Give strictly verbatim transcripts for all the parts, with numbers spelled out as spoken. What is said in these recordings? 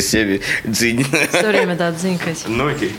себе дзынь. Все время, да, дзынькать. Ну окей.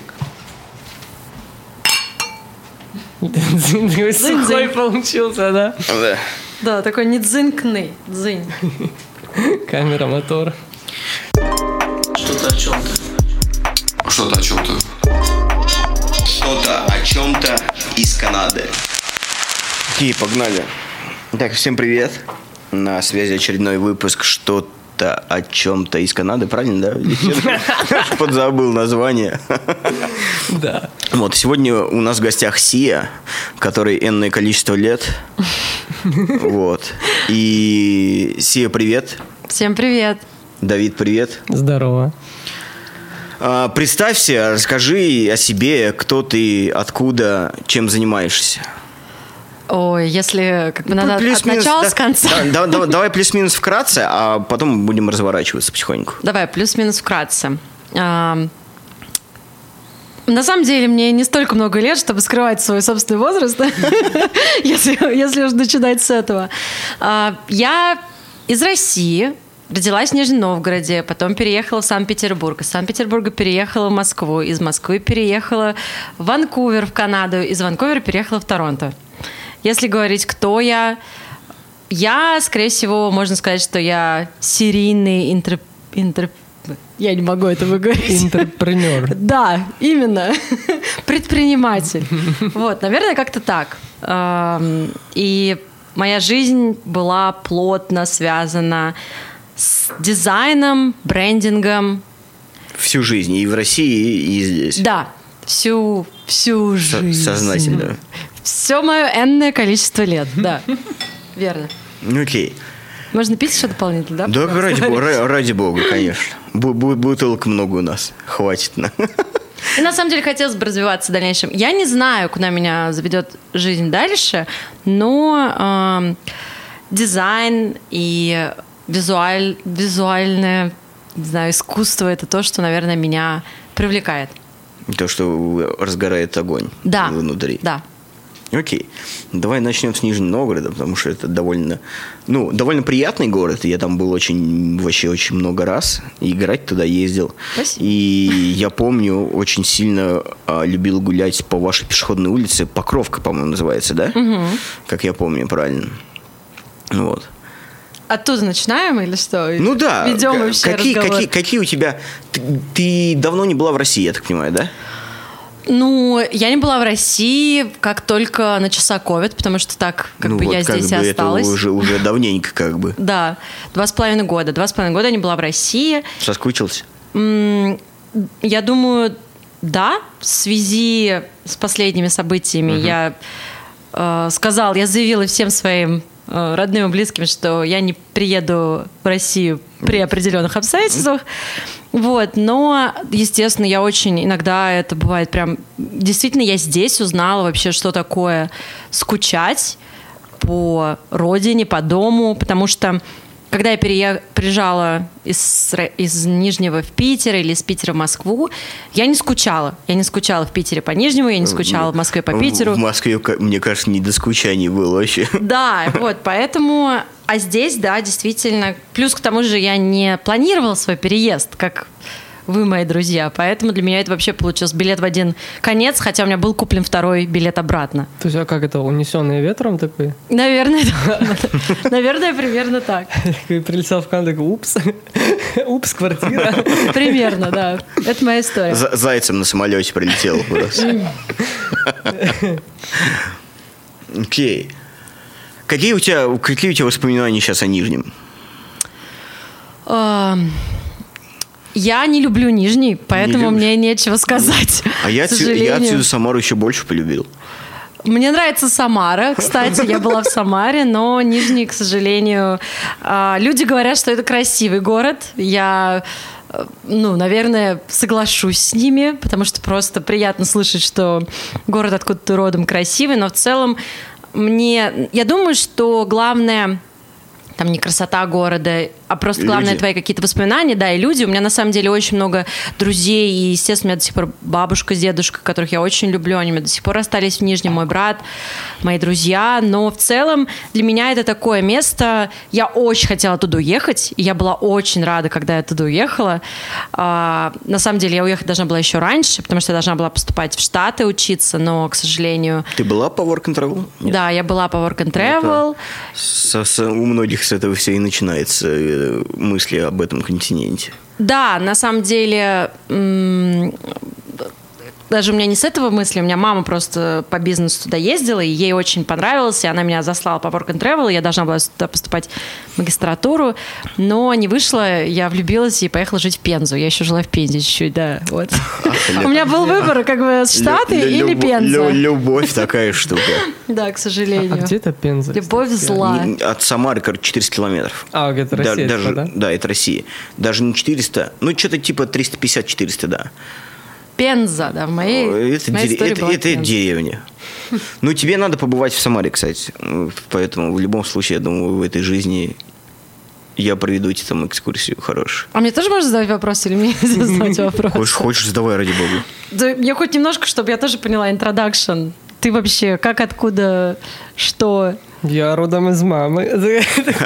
Дзынь сухой получился, да? Да. Да, такой не дзынкный, дзынь. Камера, мотор. Что-то о чем-то. Что-то о чем-то. Что-то о чем-то из Канады. Окей, погнали. Так, всем привет. На связи очередной выпуск «Что-то о чем-то из Канады». Правильно, да? Подзабыл название. Да. Вот, сегодня у нас в гостях Сия, которой энное количество лет. Вот. И Сия, привет. Всем привет. Давид, привет. Здорово. А, представься, расскажи о себе, кто ты, откуда, чем занимаешься. Ой, если как бы Ну, надо от плюс-минус, начала да, с конца. Да, да, да, давай плюс-минус вкратце, а потом будем разворачиваться потихоньку. Давай, плюс-минус вкратце. А, на самом деле, мне не столько много лет, чтобы скрывать свой собственный возраст, если, если уж начинать с этого. А, я из России, родилась в Нижнем Новгороде, потом переехала в Санкт-Петербург. Из Санкт-Петербурга переехала в Москву, из Москвы переехала в Ванкувер, в Канаду, из Ванкувера переехала в Торонто. Если говорить, кто я, я, скорее всего, можно сказать, что я серийный интер... интер... Я не могу это выговорить. Интерпренер. Да, именно. Предприниматель. Вот, наверное, как-то так. И моя жизнь была плотно связана с дизайном, брендингом. Всю жизнь, и в России, и здесь. Да, всю, всю жизнь. Со- сознательно. Все мое энное количество лет, да. Верно. Ну, окей. Можно пить еще дополнительно, да? Да, ради, бога, ра- ради бога, конечно. Бу- бу- Бутылок много у нас. Хватит. на. И на самом деле хотелось бы развиваться в дальнейшем. Я не знаю, куда меня заведет жизнь дальше, но э, дизайн и визуаль, визуальное, не знаю, искусство — это то, что, наверное, меня привлекает. То, что разгорает огонь Да. внутри. Да. Окей. Давай начнем с Нижнего Новгорода, потому что это довольно, ну, довольно приятный город. Я там был очень, вообще очень много раз. И играть туда ездил. Спасибо. И я помню, очень сильно а, любил гулять по вашей пешеходной улице. Покровка, по-моему, называется, да? Угу. Как я помню правильно. Вот. Оттуда начинаем или что? Ну да. Ведем К- вообще какие, разговор. какие, какие у тебя... Ты, ты давно не была в России, я так понимаю, да? Ну, я не была в России, как только начался ковид, потому что так, как ну, бы вот, я как здесь бы и осталась. Это уже, уже давненько как бы. Да, два с половиной года. Два с половиной года я не была в России. Соскучился? М, Я думаю, да, в связи с последними событиями Мгм. я э, сказала, я заявила всем своим э, родным и близким, что я не приеду в Россию при определенных обстоятельствах. Вот, но, естественно, я очень иногда это бывает прям... Действительно, я здесь узнала вообще, что такое скучать по родине, по дому, потому что когда я переех... приезжала из... из Нижнего в Питер или из Питера в Москву, я не скучала. Я не скучала в Питере по Нижнему, я не скучала в Москве по Питеру. В Москве, мне кажется, не до скучаний было вообще. Да, вот, поэтому... А здесь, да, действительно. Плюс к тому же я не планировала свой переезд, как вы, мои друзья. Поэтому для меня это вообще получился билет в один конец, хотя у меня был куплен второй билет обратно. То есть, а как это, унесенный ветром такой? Наверное, наверное, примерно так. Такой прилетел в Канаду, такой, упс, упс, квартира. Примерно, да. Это моя история. За- Зайцем на самолете прилетел просто. Окей. Какие у тебя, какие у тебя воспоминания сейчас о Нижнем? Эм, Я не люблю Нижний, поэтому любишь? мне нечего сказать. А я, к отсюда, я сожалению. отсюда Самару еще больше полюбил. Мне нравится Самара, кстати, я была в Самаре, но Нижний, к сожалению, а, люди говорят, что это красивый город. Я, э, ну, наверное, соглашусь с ними, потому что просто приятно слышать, что город откуда-то родом красивый, но в целом мне, я думаю, что главное там не красота города, а просто главное Люди. твои какие-то воспоминания, да, и люди. У меня на самом деле очень много друзей, и, естественно, у меня до сих пор бабушка с дедушкой, которых я очень люблю, они у меня до сих пор остались в Нижнем, мой брат, мои друзья, но в целом для меня это такое место, я очень хотела туда уехать, и я была очень рада, когда я туда уехала. А, на самом деле я уехать должна была еще раньше, потому что я должна была поступать в Штаты учиться, но, к сожалению... Ты была по Work and Travel? Нет. Да, я была по Work and Travel. Со- со- у многих с этого все и начинается э, мысли об этом континенте. Да, на самом деле, м- даже у меня не с этого мысли, у меня мама просто по бизнесу туда ездила, и ей очень понравилось, и она меня заслала по Work and Travel, и я должна была туда поступать в магистратуру, но не вышло, я влюбилась и поехала жить в Пензу. Я еще жила в Пензе чуть-чуть, да, вот. У меня был выбор, как бы, Штаты Лю- или любо- Пенза. лю- Любовь такая штука. Да, к сожалению. А где это Пенза? Любовь кстати? зла. Не- От Самары, короче, четыреста километров. А, это Да- Россия, даже, да? да, это Россия. Даже не четыреста, ну, что-то типа триста пятьдесят - четыреста, да. Пенза, да, в моей, Это, в моей дере- истории это, была это Пенза. деревня. Ну, тебе надо побывать в Самаре, кстати. Поэтому в любом случае, я думаю, в этой жизни я проведу тебе там экскурсию хорошую. А мне тоже можно задавать вопрос или мне нельзя задавать вопрос? Хочешь, хочешь, задавай, ради бога. Да, мне хоть немножко, чтобы я тоже поняла интродакшн. Ты вообще как, откуда, что? Я родом из мамы.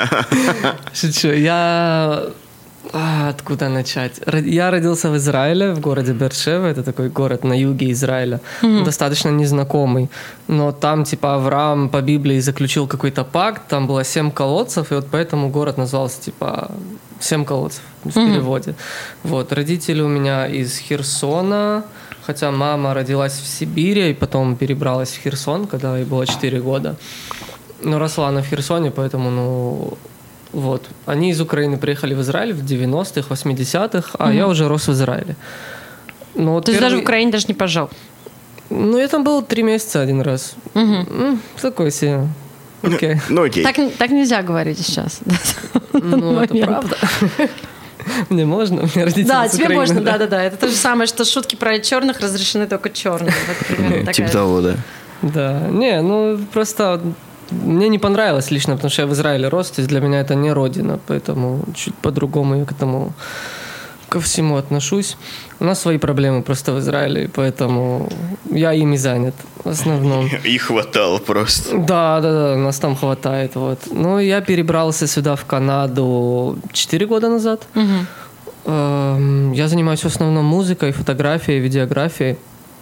Шучу. Я... А, откуда начать? Ро- Я родился в Израиле, в городе Бершева. Это такой город на юге Израиля. Достаточно незнакомый. Но там, типа, Авраам по Библии заключил какой-то пакт. Там было семь колодцев, и вот поэтому город назывался, типа, «Семь колодцев» в переводе. Вот. Родители у меня из Херсона, хотя мама родилась в Сибири и потом перебралась в Херсон, когда ей было четыре года. Но росла она в Херсоне, поэтому, ну... Вот. Они из Украины приехали в Израиль в девяностых, восьмидесятых, а я уже рос в Израиле. Но вот То есть первый- даже в Украине даже не пожил? Ну, я там был три месяца один раз. М, Такой себе. Окей. Ну, окей. Так, так нельзя говорить сейчас. Ну, это Момент. правда. Мне можно? У меня родители Да, с тебе Украины, можно, да-да-да. Это то же самое, что шутки про черных разрешены только черным. Вот примерно такая Типа же. того, да. Да. Не, ну, просто мне не понравилось лично, потому что я в Израиле рос, то есть для меня это не родина, поэтому чуть по-другому я к этому ко всему отношусь. У нас свои проблемы просто в Израиле, поэтому я ими занят в основном. И хватало просто. Да, да, да, нас там хватает. Вот. Ну, я перебрался сюда, в Канаду, четыре года назад. Мгм. Эм, Я занимаюсь в основном музыкой, фотографией, видеографией.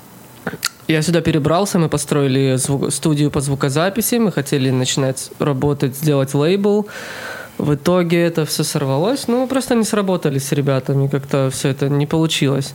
Я сюда перебрался, мы построили зву- студию по звукозаписи, мы хотели начинать работать, сделать лейбл. В итоге это все сорвалось, но мы просто не сработались с ребятами, как-то все это не получилось.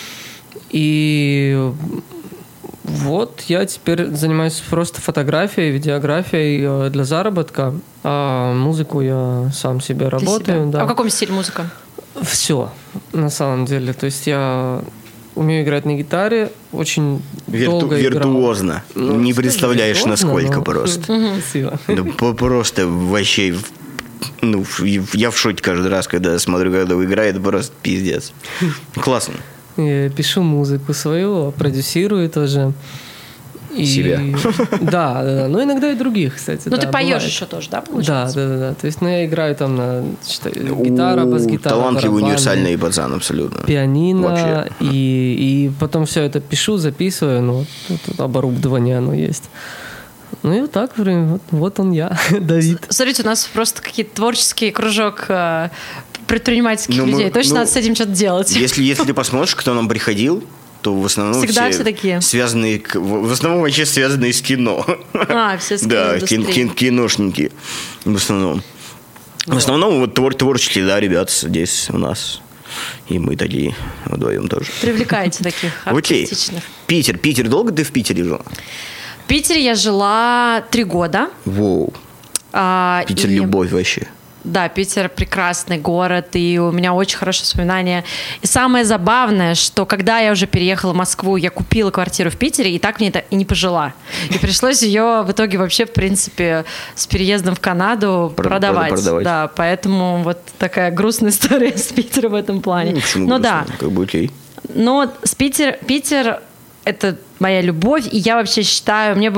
И вот я теперь занимаюсь просто фотографией, видеографией э, для заработка, а музыку я сам себе Для работаю. себя. Да. А в каком стиле музыка? Все, на самом деле. То есть я умею играть на гитаре, очень Вирту- долго играл. виртуозно. Ну, Не что представляешь, виртуозно, насколько но- просто. Спасибо. Ну, по- просто вообще... в- Ну, в- я в шоке каждый раз, когда смотрю, когда вы играете, просто пиздец. Классно. Я пишу музыку свою, продюсирую тоже. И... Себя. Да, да, да. Ну, иногда и других, кстати. Ну, да, ты поешь бывает. еще тоже, да, Да, получается? да, да, да. То есть, ну, я играю там на что, гитара, У, бас-гитара, талантливый, барабаны, универсальный пацан, абсолютно. пианино, Вообще. и, и потом все это пишу, записываю, ну, вот тут оборудование оно есть. Ну и вот так, блин, вот, вот он я, Давид. Смотрите, у нас просто какие-то творческий кружок э, предпринимательских Ну, мы- людей. Точно ну, надо с этим что-то делать. Если, если ты посмотришь, кто нам приходил, то в основном Всегда все, все такие. связанные, к- в в основном вообще связанные с кино. А, все с Да, киноиндустрией. кин- кин- киношники в основном. В основном вот твор- творческие, да, ребят здесь у нас. И мы такие вдвоем тоже. Привлекаете таких Окей. артистичных. Питер. Питер. Долго ты в Питере жила? В Питере я жила три года. Воу. а, Питер и- любовь вообще. Да, Питер прекрасный город, и у меня очень хорошие воспоминания. И самое забавное, что когда я уже переехала в Москву, я купила квартиру в Питере, и так мне это и не пожила. И пришлось ее в итоге вообще, в принципе, с переездом в Канаду Прод- продавать. продавать. Да, поэтому вот такая грустная история с Питером в этом плане. Ну, почему Но грустно? да, Как бы окей. но с Питер, Питер — это моя любовь, и я вообще считаю, мне бы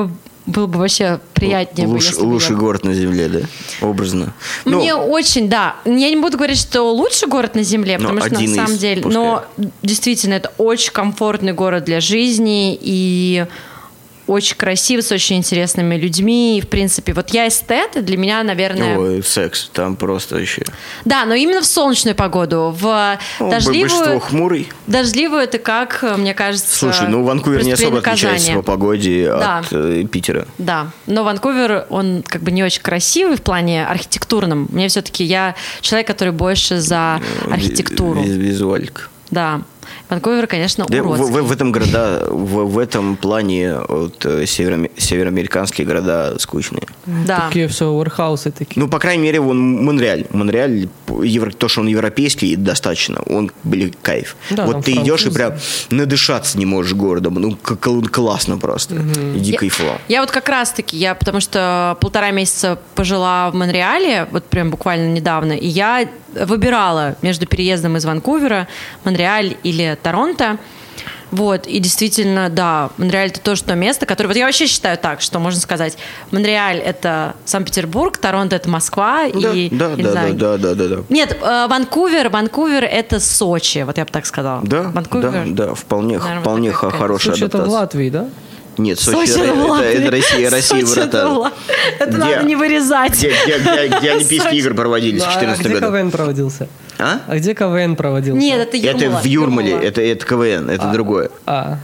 было бы вообще приятнее. Луч, бы, лучший я... город на земле, да? Образно. Мне ну, очень, да. Я не буду говорить, что лучший город на земле, потому что на самом из, деле... пускай. Но действительно, это очень комфортный город для жизни и... очень красивый, с очень интересными людьми. И, в принципе, вот я эстет, и для меня, наверное... Ой, секс, там просто вообще... Да, но именно в солнечную погоду. В ну, дождливую... Большинство хмурый. Дождливую это как, мне кажется... Слушай, ну Ванкувер не особо отличается по погоде да. от э, Питера. Да, но Ванкувер, он как бы не очень красивый в плане архитектурном. Мне все-таки, я человек, который больше за архитектуру. Визуалька. Да. Ванкувер, конечно, да, уродский. В, в, в этом города, в, в этом плане вот, северо, североамериканские города скучные. Да. Такие все вархаусы такие. Ну, по крайней мере, вон Монреаль. Монреаль, евро, то, что он европейский, достаточно. Он, блин, кайф. Да, вот ты идешь и прям надышаться не можешь городом. Ну, как классно просто. Угу. Иди я, кайфовал. Я вот как раз-таки, я потому что полтора месяца пожила в Монреале, вот прям буквально недавно, и я выбирала между переездом из Ванкувера, Монреаль или Торонто. Вот, и действительно, да, Монреаль — это тоже то место, которое... Вот я вообще считаю так, что можно сказать, Монреаль — это Санкт-Петербург, Торонто — это Москва, да, и... Да, да, знаю, да, да, да, да. Нет, э, Ванкувер, Ванкувер — это Сочи, вот я бы так сказала. Да, Ванкувер, да, да, вполне, наверное, вполне вот хорошая Сочи адаптация. это в Латвии, да? Нет, Сочи, Сочи это, это, это Россия, Россия, Сочи братан. Это, это надо не вырезать. Где, где, где, где Олимпийские игры проводились в две тысячи четырнадцатом году? А где КВН проводился? А? А где КВН проводился? Нет, это Юрмала. Это в Юрмале, Юрмала. это, это КВН, это а, другое. А.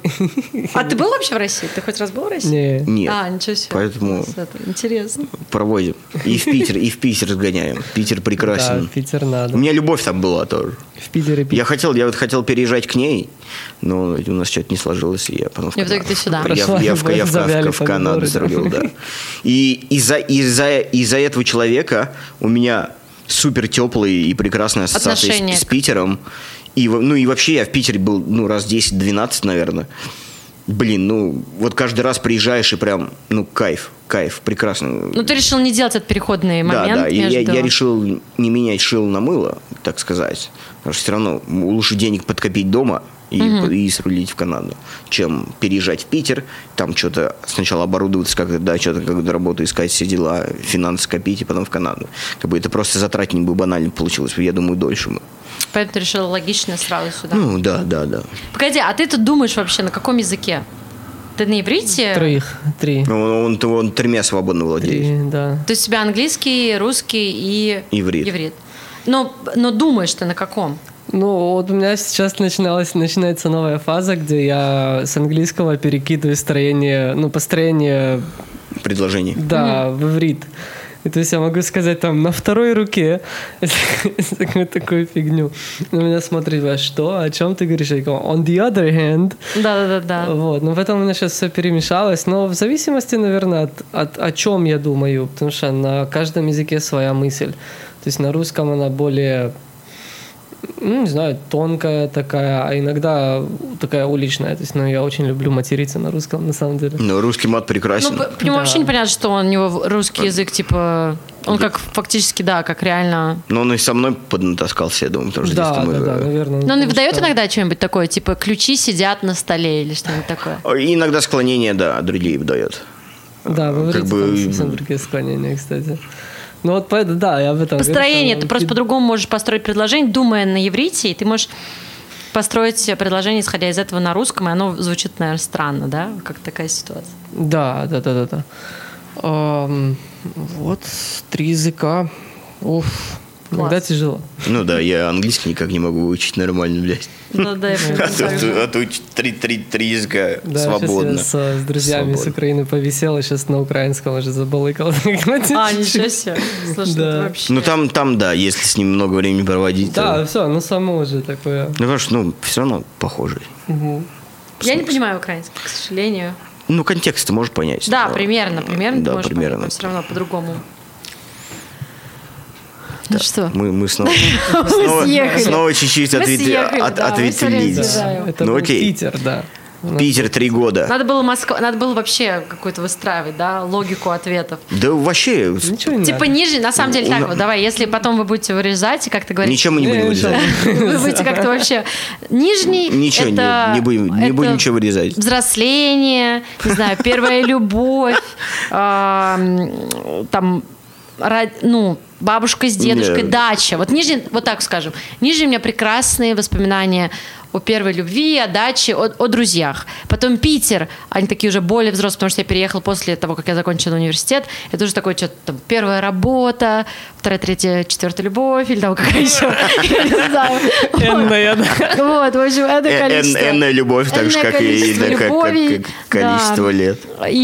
а ты был вообще в России? Ты хоть раз был в России? Не. Нет. А, ничего себе. Поэтому интересно. Проводим. И в Питер, и в Питер сгоняем. Питер прекрасен. Да, в Питер надо. У меня любовь там была тоже. В Питере Питер. Я хотел, я вот хотел переезжать к ней, но у нас что-то не сложилось, и я потом в И в итоге ты сюда. Я, я, я, в, я в, в, в Канаду срулил, да. И из-за, из-за, из-за этого человека у меня супер теплые и прекрасные ассоциации с, с Питером. И, ну и вообще я в Питере был ну, раз десять-двенадцать, наверное. Блин, ну вот каждый раз приезжаешь и прям, ну кайф, кайф, прекрасно. Ну ты решил не делать этот переходный момент? Да, да, между... я, я решил не менять шило на мыло, так сказать. Потому что все равно лучше денег подкопить дома и, угу. и срулить в Канаду, чем переезжать в Питер, там что-то сначала оборудоваться, как-то, да, что-то как-то работу искать, все дела, финансы копить, и потом в Канаду. Как бы это просто затратнее бы банально получилось, я думаю, дольше бы. Поэтому ты решил логично сразу сюда? Ну, да, да, да. Погоди, а ты тут думаешь вообще на каком языке? Ты на иврите? Троих, три. Ну, он, он, он тремя свободно владеет. Три, да. То есть у тебя английский, русский и... Иврит. Иврит. Но, но думаешь ты на каком? Ну, вот у меня сейчас начиналась, начинается новая фаза, где я с английского перекидываю строение, ну, построение... Предложений. Да, mm-hmm. в иврит. И то есть я могу сказать там на второй руке такую, такую фигню. На меня смотрит, а что, о чем ты говоришь? Я говорю, on the other hand. Да-да-да. Вот, но потом у меня сейчас все перемешалось. Но в зависимости, наверное, от, от о чем я думаю, потому что на каждом языке своя мысль. То есть на русском она более... ну, не знаю, тонкая такая, а иногда такая уличная. То есть, ну, я очень люблю материться на русском, на самом деле. Ну, русский мат прекрасен. Ну, по нему да. вообще непонятно, что у него русский язык, типа, он как фактически, да, как реально... Но он и со мной поднатаскался, я думаю, потому что да, здесь да, мы... да, наверное. Но он и выдает что... иногда что-нибудь такое, типа, ключи сидят на столе или что-нибудь такое? И иногда склонение, да, другие выдает. Да, вы как говорите, бы... там совсем другие склонения, кстати. Ну вот поэтому, да, я об этом Построение, говорю, ты просто по-другому можешь построить предложение, думая на иврите, и ты можешь построить предложение, исходя из этого на русском, и оно звучит, наверное, странно, да? Как такая ситуация. Да, да, да, да, да. Эм, вот, три языка. Уф, иногда тяжело. Ну да, я английский никак не могу выучить нормально, блядь. Ну да, я понимаю. А то три, три, три языка да, свободно. Сейчас я с, с друзьями свободно. С Украины повисел, и сейчас на украинском уже забалыкал. А, ничего себе. Слушай, да. Это вообще... Ну там, там, да, если с ним много времени проводить. Да, то... все, ну само уже такое. Ну, потому что, ну, все равно похожий. Угу. Я не понимаю украинский, к сожалению. Ну, контекст ты можешь понять. Да, но... примерно, примерно да, ты можешь примерно. понять, но все равно по-другому. Да. Ну что? Мы, мы снова, снова, снова чуть-чуть мы ответ, съехали, от, да, ответвились. Да, это ну, был окей. Питер, да. Питер три года. Надо было Москва, надо было вообще какую-то выстраивать, да, логику ответов. Да вообще... Ничего не Типа надо. ниже, на самом деле, У так нас- вот, давай, если потом вы будете вырезать и как-то говорить... Ничего мы не будем Не, вырезать. Вы будете как-то вообще... Нижний... Ничего, это, не, не будем, не это будем ничего вырезать. Взросление, не знаю, первая любовь, ам, там, ра- ну, бабушка с дедушкой, Не. дача. Вот нижний, вот так скажем, нижний у меня прекрасные воспоминания о первой любви, о даче, о, о друзьях. Потом Питер, они такие уже более взрослые, потому что я переехала после того, как я закончила университет. Это уже такое что-то там первая работа, вторая, третья, четвертая любовь, или там какая еще, я не знаю. Энная, да. Вот, в общем, это Э- количество. эн- Энная любовь, так же, Энное как и количество да, как- как- любовей, как количество да. лет.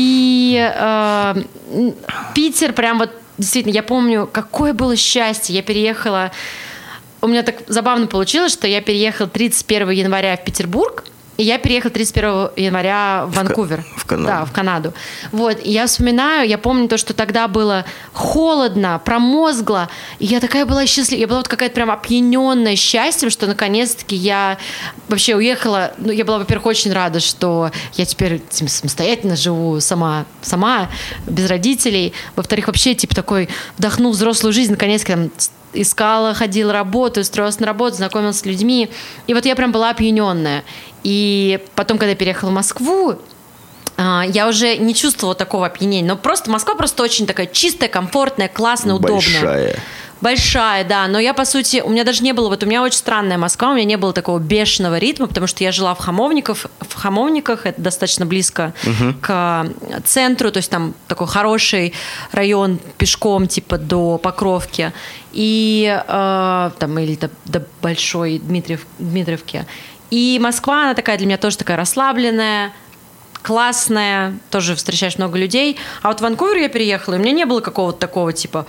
И э, м, Питер прям вот, действительно, я помню, какое было счастье. Я переехала... У меня так забавно получилось, что я переехала тридцать первого января в Петербург, и я переехала тридцать первого января в Ванкувер. в Канаду. Да, в Канаду. Вот, и я вспоминаю, я помню то, что тогда было холодно, промозгло, и я такая была счастлива, я была вот какая-то прям опьяненная счастьем, что наконец-таки я вообще уехала. Ну, я была, во-первых, очень рада, что я теперь типа, самостоятельно живу сама, сама, без родителей. Во-вторых, вообще, типа, такой вдохнул взрослую жизнь, наконец-таки там искала, ходила работу, устроилась на работу, знакомилась с людьми. И вот я прям была опьяненная. И потом, когда я переехала в Москву, а, я уже не чувствовала такого опьянения. Но просто Москва просто очень такая чистая, комфортная, классная, удобная. Большая. Большая, да, но я, по сути, у меня даже не было, вот у меня очень странная Москва, у меня не было такого бешеного ритма, потому что я жила в Хамовниках, в Хамовниках, это достаточно близко uh-huh. к центру, то есть там такой хороший район пешком, типа, до Покровки, и э, там, или до, до Большой Дмитриев, Дмитриевки. И Москва, она такая для меня тоже такая расслабленная, классная, тоже встречаешь много людей. А вот в Ванкувер я переехала, и у меня не было какого-то такого, типа,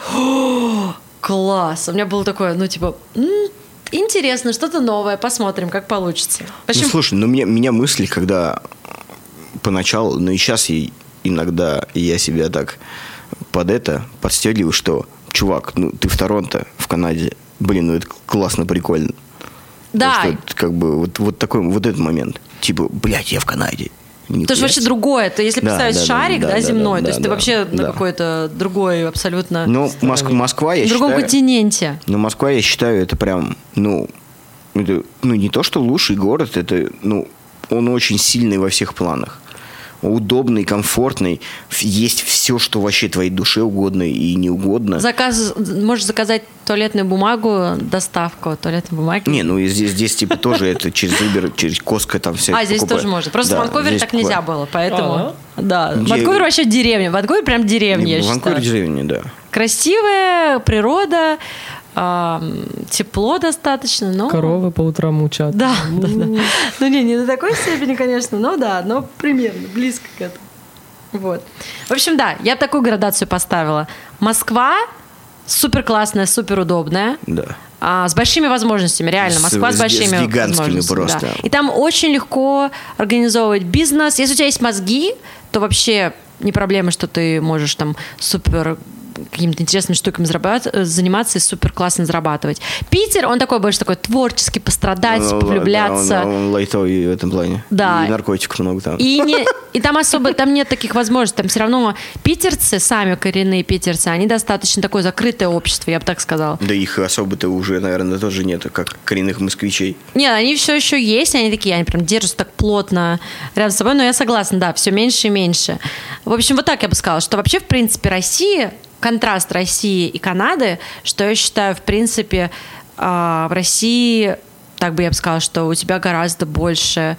класс. У меня было такое, ну, типа, м-м, интересно, что-то новое, посмотрим, как получится. Ну, слушай, ну, меня, меня мысли, когда поначалу, ну, и сейчас я, иногда я себя так под это подстегиваю, что, чувак, ну, ты в Торонто, в Канаде, блин, ну, это классно, прикольно. Да. Что, как бы, вот, вот такой, вот этот момент. Типа, блядь, я в Канаде. Это же вообще другое. Это если Да, представить да, шарик, да, да, да, земной, да, то есть да, ты да, вообще да. на какой-то другой абсолютно... Ну, Моск- Москва, я в другом считаю... континенте. Ну, Москва, я считаю, это прям, ну, это, ну, не то, что лучший город, это, ну, он очень сильный во всех планах. Удобный, комфортный. Есть все, что вообще твоей душе угодно и не угодно. Заказ, можешь заказать туалетную бумагу, доставку туалетной бумаги. Не, ну и здесь, здесь типа тоже это через Uber, через Costco там все. А, здесь тоже можно. Просто Да, в Ванкувере здесь так нельзя покупают. было, поэтому... Ага. Да, Где- Ванкувер вообще деревня. Ванкувер прям деревня, я В Ванкувере считаю. деревня, да. Красивая природа, ам, тепло достаточно, но... Коровы по утрам мучат. Да, да, да. Ну, не, не до такой степени, конечно, но да, но примерно, близко к этому. Вот. В общем, да, я такую градацию поставила. Москва супер классная, супер удобная. Да. А, с большими возможностями, реально. С- Москва с, с- большими с гигантскими возможностями. просто. Да. И там очень легко организовывать бизнес. Если у тебя есть мозги, то вообще не проблема, что ты можешь там супер какими-то интересными штуками зарабат- заниматься и супер классно зарабатывать. Питер, он такой больше такой творческий, пострадать, Ну, повлюбляться. да, он, он лайтовый в этом плане. Да. И наркотиков много там. И, не, и там особо там нет таких возможностей. Там все равно питерцы, сами коренные питерцы, они достаточно такое закрытое общество, я бы так сказала. Да их особо-то уже, наверное, тоже нет, как коренных москвичей. Нет, они все еще есть, они такие, они прям держатся так плотно рядом с собой, но я согласна, да, все меньше и меньше. В общем, вот так я бы сказала, что вообще, в принципе, Россия, контраст России и Канады, что я считаю, в принципе, в России, так бы я бы сказала, что у тебя гораздо больше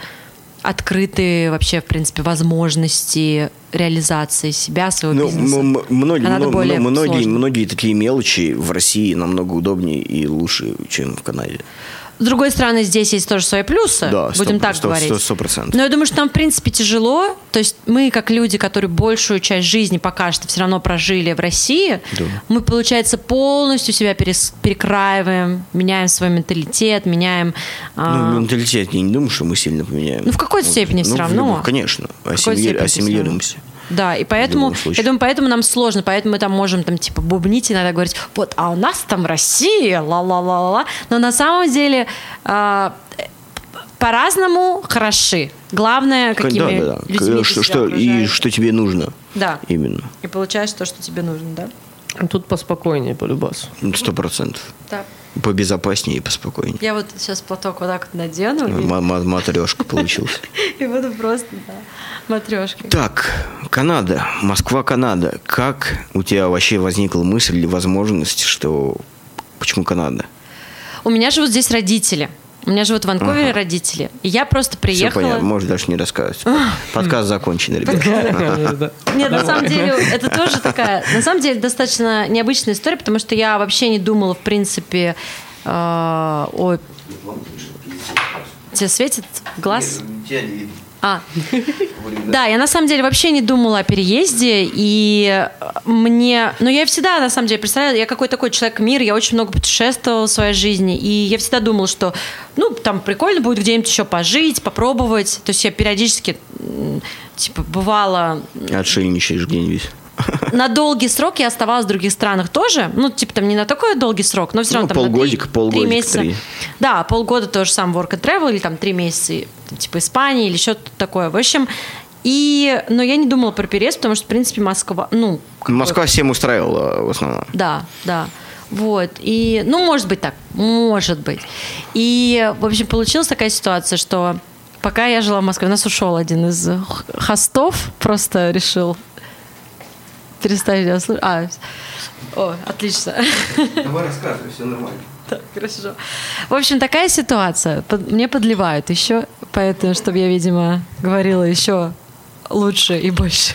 открытые вообще, в принципе, возможности реализации себя, своего Ну, бизнеса. м- м- многие, Канада м- более многие, сложная. многие такие мелочи в России намного удобнее и лучше, чем в Канаде. С другой стороны, здесь есть тоже свои плюсы, Да, будем сто- так сто- говорить. сто- сто процентов. Но я думаю, что нам, в принципе, тяжело. То есть мы, как люди, которые большую часть жизни пока что все равно прожили в России, Да. мы, получается, полностью себя перес- перекраиваем, меняем свой менталитет, меняем... а, Ну, менталитет, я не думаю, что мы сильно поменяем. Ну, в какой-то степени всё в равно. любом- Конечно, какой ассимили- степени ассимилируемся. Да, и поэтому, любом случае. я думаю, поэтому нам сложно, поэтому мы там можем там типа бубнить, иногда говорить, вот, а у нас там Россия, ла-ла-ла-ла-ла. Но на самом деле а, по-разному хороши. Главное, какими да, да, да. людьми что, ты себя что, и окружаешь. что тебе нужно. Да. Именно. И получаешь то, что тебе нужно, да? Тут поспокойнее, полюбас. Сто процентов. Да. Побезопаснее и поспокойнее. Я вот сейчас платок вот так вот надену. и- Матрешка получилась. И буду просто, да, матрешкой. Так, Канада, Москва, Канада. Как у тебя вообще возникла мысль или возможность, что... Почему Канада? У меня живут здесь родители. У меня живут в Ванкувере Ага. родители. И я просто Все приехала... понятно, можешь дальше не рассказывать. Подкаст закончен, ребят. Нет, на самом деле, это тоже такая, на самом деле, достаточно необычная история, потому что я вообще не думала, в принципе, э, ой, тебе светит в глаз? А, да, я на самом деле вообще не думала о переезде, и мне, ну я всегда на самом деле представляла, я какой такой человек мир, я очень много путешествовала в своей жизни, и я всегда думала, что, ну, там прикольно будет где-нибудь еще пожить, попробовать, то есть я периодически, м, типа, бывала... Отшельничаешь где-нибудь. На долгий срок я оставалась в других странах тоже. Ну, типа, там не на такой долгий срок, но все равно Ну, там полгодика, на три, полгодика, три месяца. три. Да, полгода тоже сам work and travel, или там три месяца, типа, Испании, или что-то такое. В общем, и... Но я не думала про переезд, потому что, в принципе, Москва... Ну, как бы- Москва всем устраивала в основном. Да, да. Вот. И, ну, может быть так, может быть. И, в общем, получилась такая ситуация, что пока я жила в Москве, у нас ушел один из х- хостов, просто решил перестать меня слушать. А, о, отлично. Давай рассказывай, все нормально. Так, хорошо. В общем, такая ситуация. Под- Мне подливают еще, поэтому, чтобы я, видимо, говорила еще лучше и больше.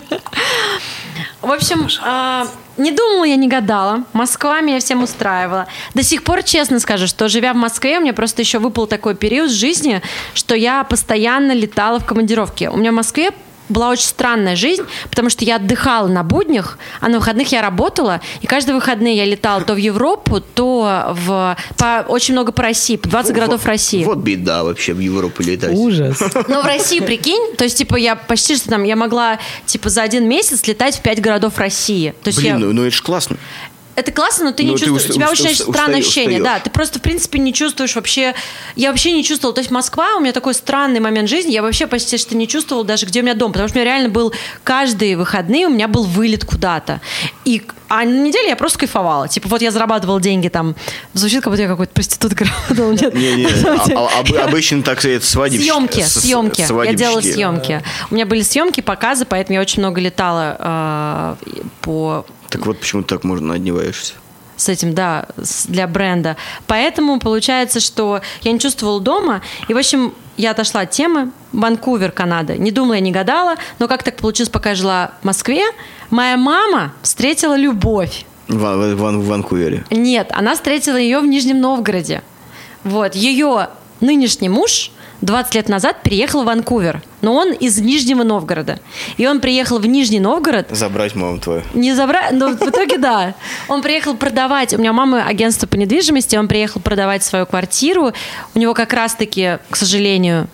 В общем, а, не думала я, не гадала. Москва меня всем устраивала. До сих пор, честно скажу, что, живя в Москве, у меня просто еще выпал такой период в жизни, что я постоянно летала в командировки. У меня в Москве была очень странная жизнь, потому что я отдыхала на буднях, а на выходных я работала, и каждые выходные я летала то в Европу, то в, по, очень много по России, по двадцать городов Вот- России. Вот беда вообще в Европу летать. Ужас. Но в России, прикинь, то есть, типа, я почти что там, я могла, типа, за один месяц летать в пять городов России. То есть Блин, я... ну, ну это ж классно. Это классно, но ты Но не ты чувствуешь, уста- у тебя уста- очень уста- странное устаешь, ощущение, да, устаешь. ты просто, в принципе, не чувствуешь вообще, я вообще не чувствовала, то есть Москва, у меня такой странный момент жизни, я вообще почти что не чувствовала даже, где у меня дом, потому что у меня реально был, каждые выходные у меня был вылет куда-то, и, а на неделе я просто кайфовала, типа, вот я зарабатывала деньги там, звучит, как будто я какой-то проститутка работала, нет. Не-не, а- а- об- обычно так это свадебщики. Съемки, с- с- съемки. Я свадебщики. делала съемки. У меня были съемки, показы, поэтому я очень много летала э, по Так вот почему ты так можно одеваешься. с этим, да, с- для бренда. Поэтому получается, что я не чувствовала дома. И, в общем, я отошла от темы. Ванкувер, Канада. Не думала, я не гадала. Но как так получилось, пока я жила в Москве, моя мама встретила любовь. В, в- в- в Ванкувере. Нет, она встретила ее в Нижнем Новгороде. Вот, ее нынешний муж двадцать лет назад переехал в Ванкувер, но он из Нижнего Новгорода. И он приехал в Нижний Новгород, Забрать маму твою. не забрать, но в итоге да. Он приехал продавать, у меня мама агентство по недвижимости, он приехал продавать свою квартиру. У него как раз-таки, к сожалению,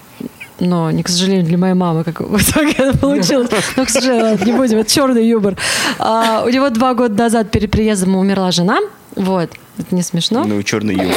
но не к сожалению для моей мамы, как в итоге это получилось. Но, к сожалению, ладно, не будем, это черный юмор. А, у него два года назад перед приездом умерла жена. Вот. Это не смешно. Ну, черный юмор,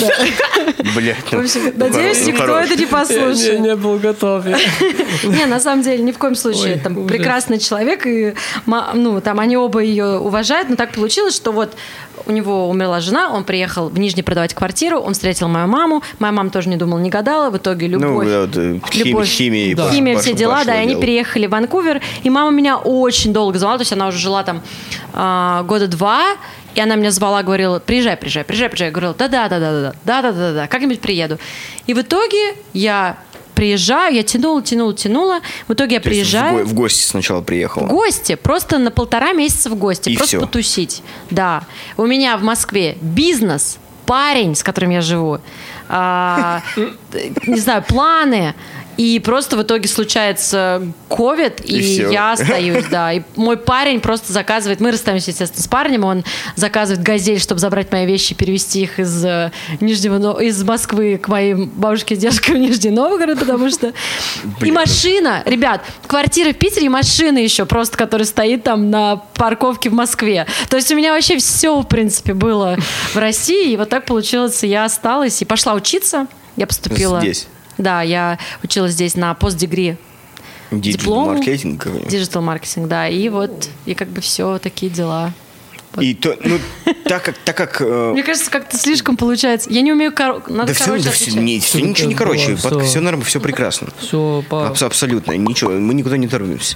да. Блядь. В общем, надеюсь, никто это не Я послушает. не, не был готов. я. Не, на самом деле, ни в коем случае. Ой, Там ужас. прекрасный человек, и ма- ну, там они оба ее уважают, но так получилось, что вот у него умерла жена, он приехал в Нижний продавать квартиру, он встретил мою маму, моя мама тоже не думала, не гадала, в итоге Ну, любовь. да, вот, э, химия, Любовь. химия, и Да. пош- Химия, пош- все дела, пошло да, и они дело. переехали в Ванкувер, и мама меня очень долго звала, то есть она уже жила там а, года два, и она меня звала, говорила, приезжай, приезжай, приезжай, приезжай, я говорила, да-да-да-да-да, да-да-да-да, как-нибудь приеду. И в итоге я приезжаю, я тянула, тянула, тянула, в итоге я То есть приезжаю. В, го- в гости сначала приехала. В гости, просто на полтора месяца в гости, И просто всё. потусить. Да. У меня в Москве бизнес, парень, с которым я живу, а, не знаю, планы. И просто в итоге случается ковид, и, И всё. я остаюсь, да. И мой парень просто заказывает, мы расстаемся, естественно, с парнем, он заказывает «Газель», чтобы забрать мои вещи, перевезти их из, э, Нижнего, Но- из Москвы к моей бабушке и дедушке в Нижний Новгород, потому что... И Блин. машина, ребят, квартира в Питере и машина еще просто, которая стоит там на парковке в Москве. То есть у меня вообще все, в принципе, было в России, и вот так получилось, я осталась и пошла учиться. Я поступила... Здесь? Да, я училась здесь на постдегри. Диджитал-маркетинг? Диджитал-маркетинг, да. И вот, и как бы все, такие дела. Вот. И то, ну, так как... Так как э... Мне кажется, как-то слишком получается. Я не умею... Кор... Надо да все, короче да все, не, все, Все ничего не было, короче. все. Под, все нормально, все прекрасно. Все по... Абс- абсолютно. Ничего, мы никуда не торопимся.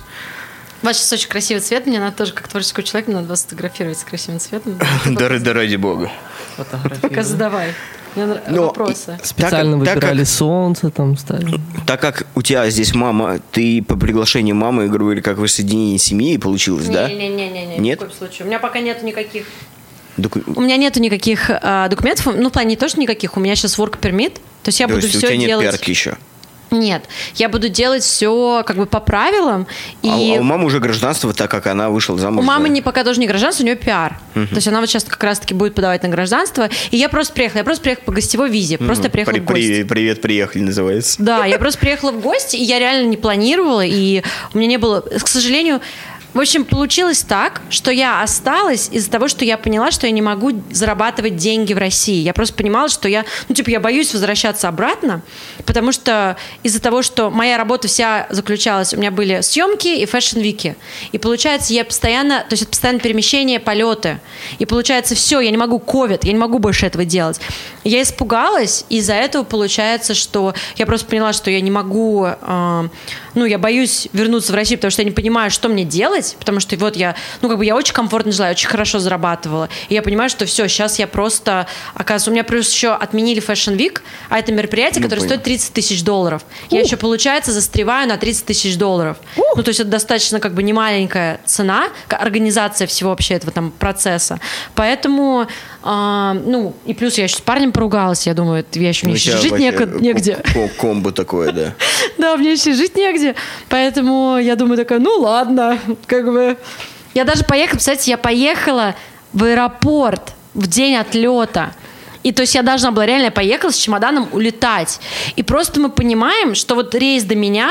У вас сейчас очень красивый цвет. Мне надо тоже, как творческий человек, мне надо вас сфотографировать с красивым цветом. Да, да ради бога. Пока задавай. Мне нрав- Но вопросы. Специально Так как- выбирали так солнце, там ставили. Так как у тебя здесь мама, ты по приглашению мамы, грубо говоря, как воссоединение семьи получилось, да? Не-не-не-не, Нет? ни в коем случае. У меня пока нету никаких... Доку- У меня нету никаких а, документов. Ну, в плане не то, что никаких. У меня сейчас work permit. То есть я То буду есть у все тебя нет делать... пиарки еще? Нет, я буду делать все как бы по правилам. И... А, а у мамы уже гражданство, так как она вышла замуж. У мамы да? не, пока тоже не гражданство, у нее пиар. То есть она вот сейчас как раз-таки будет подавать на гражданство. И я просто приехала. Я просто приехала по гостевой визе. Просто я приехала При- в гости. при- Привет, приехали, называется. Да, я просто приехала в гости, и я реально не планировала, и у меня не было, к сожалению, в общем, получилось так, что я осталась из-за того, что я поняла, что я не могу зарабатывать деньги в России. Я просто понимала, что я, ну, типа, я боюсь возвращаться обратно, потому что из-за того, что моя работа вся заключалась, у меня были съемки и фэшн-вики. И получается, я постоянно, то есть это постоянно перемещение, полеты. И получается, все, я не могу ковид, я не могу больше этого делать. Я испугалась, и из-за этого получается, что я просто поняла, что я не могу, э, ну, я боюсь вернуться в Россию, потому что я не понимаю, что мне делать, потому что вот я, ну, как бы я очень комфортно жила, я очень хорошо зарабатывала, и я понимаю, что все, сейчас я просто, оказывается, у меня плюс еще отменили Fashion Week, а это мероприятие, Ну, которое понял. стоит тридцать тысяч долларов. Я еще, получается, застреваю на тридцать тысяч долларов. Ну, то есть это достаточно как бы немаленькая цена, к- организация всего вообще этого там процесса. Поэтому, а, ну, и плюс я еще с парнем поругалась, я думаю, я еще, Ну, мне у еще тебя жить вообще неко- негде. ко- ко- Комбо такое, да. Да, мне еще жить негде. Поэтому я думаю такая, ну ладно, как бы. Я даже поехала, представляете, я поехала в аэропорт в день отлета. И то есть я должна была реально, я поехала с чемоданом улетать. И просто мы понимаем, что вот рейс до меня,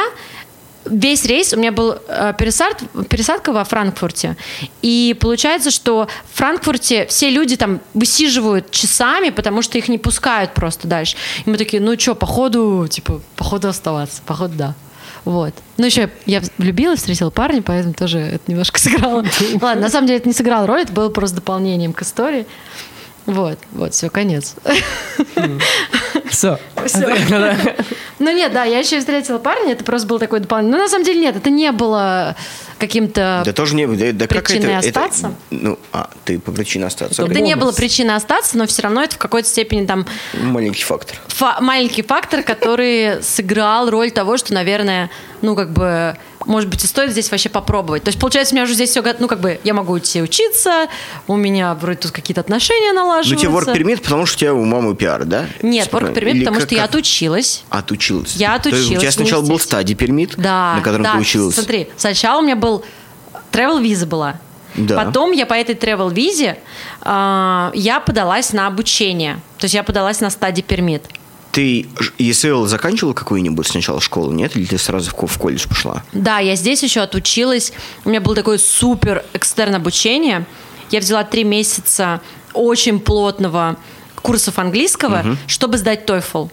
весь рейс, у меня был э, пересад, пересадка во Франкфурте. И получается, что в Франкфурте все люди там высиживают часами, потому что их не пускают просто дальше. И мы такие, ну что, походу, типа, походу оставаться, походу да. Вот. Ну, еще я влюбилась, встретила парня, поэтому тоже это немножко сыграло. Ладно, на самом деле это не сыграло роль, это было просто дополнением к истории. Вот, вот, все, конец. Все. Ну нет, да, я еще и встретила парня, это просто был такой дополнительный. Но на самом деле нет, это не было каким-то... Да тоже не... Да, да как Причиной это, это- остаться? Ну, а, ты по причине остаться. Это Это не бонус. было причиной остаться, но все равно это в какой-то степени там Маленький фактор. фа- маленький фактор, который сыграл роль того, что, наверное, ну как бы, может быть, и стоит здесь вообще попробовать. То есть, получается, у меня уже здесь все, ну как бы, я могу идти учиться, у меня вроде тут какие-то отношения Ну, налаживаются. тебе work permit, потому что у тебя у мамы пиар, да? Нет, Типа, work permit, или потому как- что я как? отучилась. Отучилась. Я То есть у отучилась тебя в сначала был университете. стадий пермит, Да, на котором да, ты училась. смотри, сначала у меня был travel виза была. Да. Потом я по этой travel визе а, я подалась на обучение. То есть я подалась на стадий пермит. Ты ж- и эс эл заканчивала какую-нибудь сначала школу, нет? Или ты сразу в ко- в колледж пошла? Да, я здесь еще отучилась. У меня было такое супер экстерн обучение. Я взяла три месяца очень плотного курсов английского, чтобы сдать TOEFL.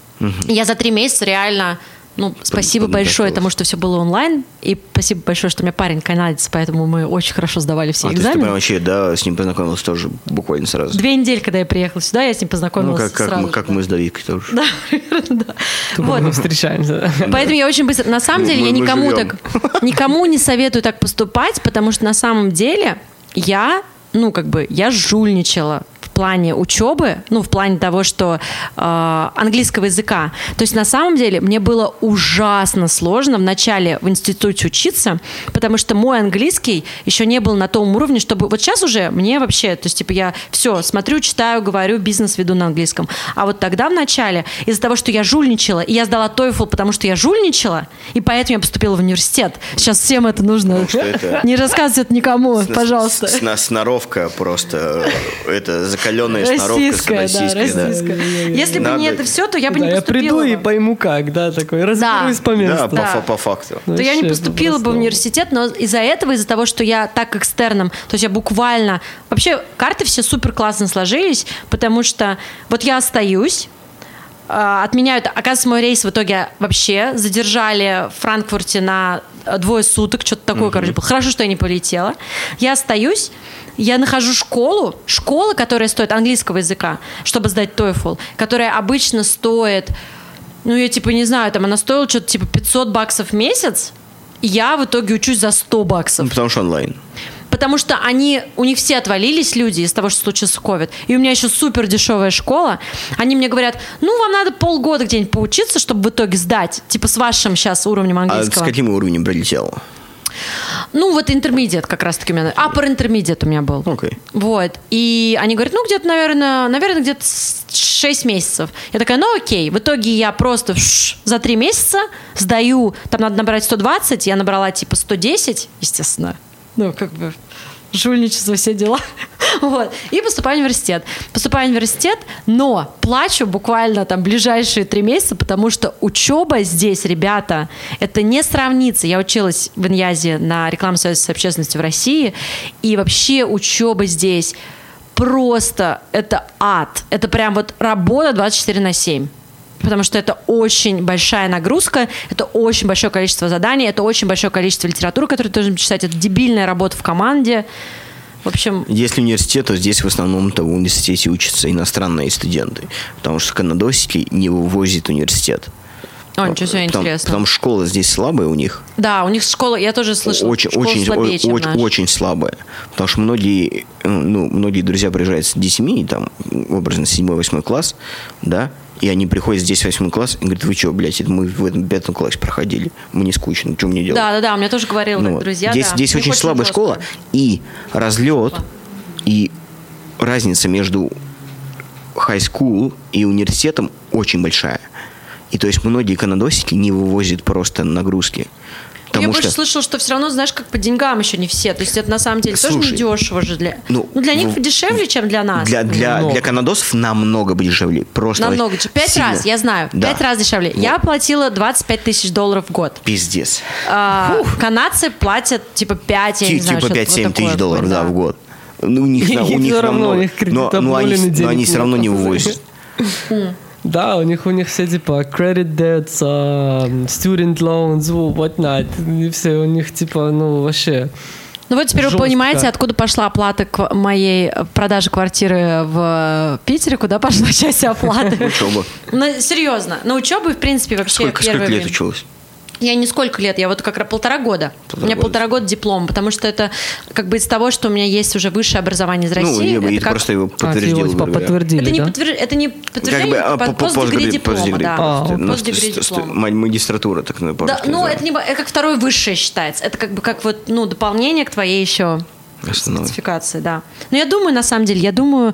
Я за три месяца реально... Ну, спасибо большое подготовилась. тому, что все было онлайн. И спасибо большое, что у меня парень канадец, поэтому мы очень хорошо сдавали все А, то есть ты экзамены. прям вообще, да, с ним познакомилась тоже буквально сразу? Две недели, когда я приехала сюда, я с ним Ну, познакомилась как, как, сразу. мы, как да. мы с Давидкой тоже. Да, примерно, да. Вот. Мы Вот. встречаемся. Поэтому я очень быстро... На самом Мы- деле, мы- я мы никому живем. так... Никому не советую так поступать, потому что на самом деле я, ну, как бы, я жульничала в плане учебы, ну, в плане того, что э, английского языка. То есть, на самом деле, мне было ужасно сложно вначале в институте учиться, потому что мой английский еще не был на том уровне, чтобы... Вот сейчас уже мне вообще, то есть, типа, я все, смотрю, читаю, говорю, бизнес веду на английском. А вот тогда вначале, из-за того, что я жульничала, и я сдала TOEFL, потому что я жульничала, и поэтому я поступила в университет. Сейчас всем это нужно. что это- Не рассказывайте это никому, С- пожалуйста. с- с- Сноровка просто, э, это закаленная сноровка Российская, да, российская, да. российская. Если бы Надо- не это все, то я бы Да, не я поступила. приду и бы. пойму как, да, такой, разберусь по Да, месту. по, Да. фа- по факту. То я не Вообще, поступила бы в по-простому. университет, но из-за этого, из-за того, что я так экстерном, то есть я буквально... Вообще карты все супер классно сложились, потому что вот я остаюсь, э, отменяют, оказывается, мой рейс в итоге вообще задержали в Франкфурте на двое суток, что-то такое, mm-hmm. короче, было. Хорошо, что я не полетела. Я остаюсь, я нахожу школу, школа, которая стоит английского языка, чтобы сдать TOEFL, которая обычно стоит, ну, я типа не знаю, там она стоила что-то типа пятьсот баксов в месяц, и я в итоге учусь за сто баксов. Ну, потому что онлайн. Потому что они, у них все отвалились, люди, из того, что случился ковид. И у меня еще супер дешевая школа. Они мне говорят, ну, вам надо полгода где-нибудь поучиться, чтобы в итоге сдать. Типа с вашим сейчас уровнем английского. А с каким уровнем прилетел? Ну, вот intermediate как раз-таки у меня. Upper intermediate у меня был. Okay. Вот. И они говорят, ну, где-то, наверное, наверное, где-то шесть месяцев. Я такая, ну, окей. В итоге я просто ш- за три месяца сдаю, там надо набрать сто двадцать, я набрала типа сто десять, естественно. Ну, как бы жульничество, все дела. Вот. И поступаю в университет. Поступаю в университет, но плачу буквально там ближайшие три месяца, потому что учеба здесь, ребята, это не сравнится. Я училась в Иньязе на рекламном связи общественности в России, и вообще учеба здесь просто это ад. Это прям вот работа двадцать четыре на семь. Потому что это очень большая нагрузка, это очень большое количество заданий, это очень большое количество литературы, которую ты должен читать, это дебильная работа в команде. В общем... Если университет, то здесь в основном-то в университете учатся иностранные студенты, потому что канадосики не вывозят университет. О, ничего себе, потому, интересно. Потому что школа здесь слабая у них. Да, у них школа, я тоже слышала, очень, школа очень, слабее, чем очень, наша. очень слабая. Потому что многие, ну, многие друзья приезжают с детьми, там, образно, седьмой-восьмой класс, да, и они приходят здесь в восьмой класс и говорят, вы что, блядь, это мы в этом пятом классе проходили, мне скучно, что мне делать? Да, да, да, у меня тоже говорили ну, вот, друзья. Здесь, да. здесь очень слабая жестко. школа, и разлет, и разница между high school и университетом очень большая. И то есть многие канадосики не вывозят просто нагрузки. Я Потому больше что... слышала, что все равно, знаешь, как по деньгам еще не все. То есть это на самом деле Слушай, тоже недешево же. Для... Ну, Ну, для них в... дешевле, чем для нас. Для, для, для канадосов намного дешевле. Просто Намного дешевле. Пять сильно. раз, я знаю. Да. Пять раз дешевле. Вот. Я платила двадцать пять тысяч долларов в год. Пиздец. А, канадцы платят типа пять, я не знаю, Типа что-то пять-семь вот такое тысяч долларов, будет, да, в год. Ну, у них, И у всё них равно намного... у них но, но, они, кредитовали, но они денег все равно нет. не вывозят. Да, у них у них все типа credit debts, uh, student loans, whatnot. И все у них типа, ну, вообще... Ну вот теперь Жестко. вы понимаете, откуда пошла оплата к моей продаже квартиры в Питере, куда пошла часть оплаты. Учеба. Ну, серьезно, на учебу, в принципе, вообще Сколько, первое сколько лет время. училась? Я не сколько лет, я вот как раз полтора года. Полтора у меня года. полтора года диплом, потому что это как бы из того, что у меня есть уже высшее образование из Ну, России. я бы это и как- просто его А, ты подтвердил. его типа грубо говоря. подтвердили, Это не, да? подтвер... это не подтверждение, Как бы, а, по- по- постдегри постдегри- диплома, постдегри. да. А, Ну, Постдегри ст- ст- диплома. магистратура, так на Да, по-русски ну, называется. это, не, это как второе высшее считается. Это как бы как вот, ну, дополнение к твоей еще Основной. спецификации, да. Но я думаю, на самом деле, я думаю...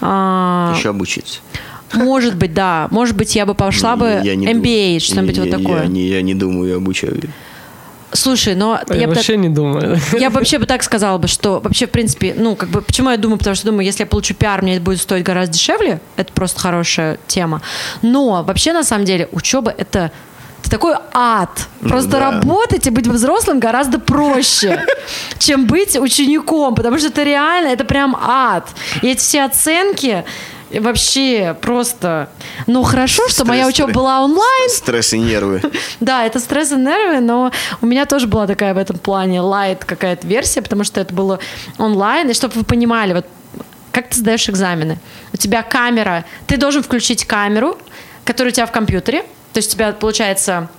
а, Еще обучиться. Может быть, да. Может быть, я бы пошла бы Я не эм би эй, думаю. что-нибудь Я- вот я- такое. Я не, я не думаю, я обучаю. Слушай, но Я, я бы так- вообще не думаю. Я бы вообще бы так сказала бы, что вообще, в принципе, ну, как бы, почему я думаю, потому что думаю, если я получу пиар, мне это будет стоить гораздо дешевле, это просто хорошая тема. Но вообще, на самом деле, учеба — это это такой ад. Просто да. работать и быть взрослым гораздо проще, чем быть учеником, потому что это реально, это прям ад. И эти все оценки вообще просто... Ну, хорошо, что моя Стресс, учеба стресс. была онлайн. Стресс и нервы. Да, это стресс и нервы, но у меня тоже была такая в этом плане лайт какая-то версия, потому что это было онлайн. И чтобы вы понимали, вот как ты сдаешь экзамены? У тебя камера, ты должен включить камеру, которая у тебя в компьютере. То есть у тебя получается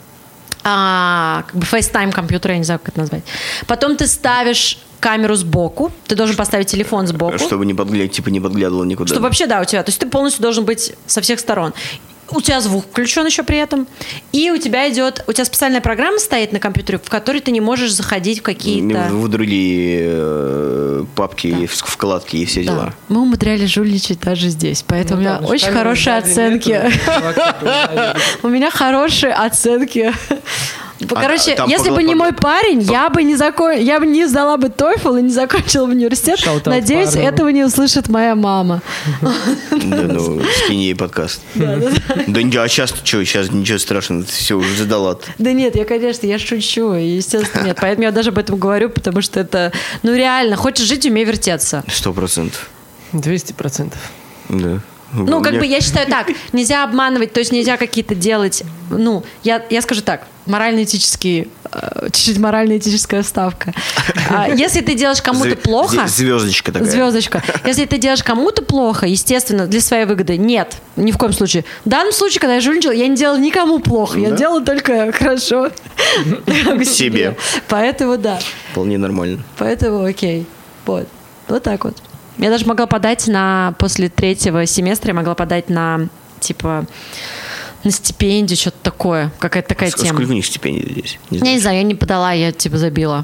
а, как бы FaceTime компьютер, я не знаю, как это назвать. Потом ты ставишь камеру сбоку, ты должен поставить телефон сбоку. Чтобы не подглядывал, типа не подглядывал никуда. Чтобы вообще, да, у тебя, то есть ты полностью должен быть со всех сторон. У тебя звук включен еще при этом. И у тебя идет, у тебя специальная программа стоит на компьютере, в которой ты не можешь заходить в какие-то... В другие э, папки, Да. в вкладки и все Да. дела. Мы умудрялись жульничать даже здесь, поэтому у меня очень хорошие оценки. У меня хорошие оценки. Короче, там если по бы не глазам- мой парень, я бы не закон... я бы не сдала бы TOEFL и не закончила бы университет. Shout out Надеюсь, парню. этого не услышит моя мама. Да, ну, скинь ей подкаст. Да, не- а сейчас что, сейчас ничего страшного, ты все, уже задала. Да нет, я, конечно, я шучу, естественно, нет. Поэтому я даже об этом говорю, потому что это, ну реально, хочешь жить, умей вертеться. Сто процентов. двести процентов. Да. Ну, как Мне- бы я считаю так, нельзя обманывать, то есть нельзя какие-то делать, ну, я, я скажу так, морально-этический, э, чуть-чуть морально-этическая вставка. А, Если ты делаешь кому-то Зве- плохо... зве- Звездочка такая. Звездочка. Если ты делаешь кому-то плохо, естественно, для своей выгоды, нет, ни в коем случае. В данном случае, когда я жульничала, я не делала никому плохо, я Да? делала только хорошо Себе. Поэтому да, Вполне нормально. поэтому окей. Вот, вот так вот. Я даже могла подать на, после третьего семестра, я могла подать на, типа, на стипендию, что-то такое, какая-то такая Ск- тема. Сколько у них стипендий здесь? Не Я знаю. не знаю, я не подала, я, типа, забила.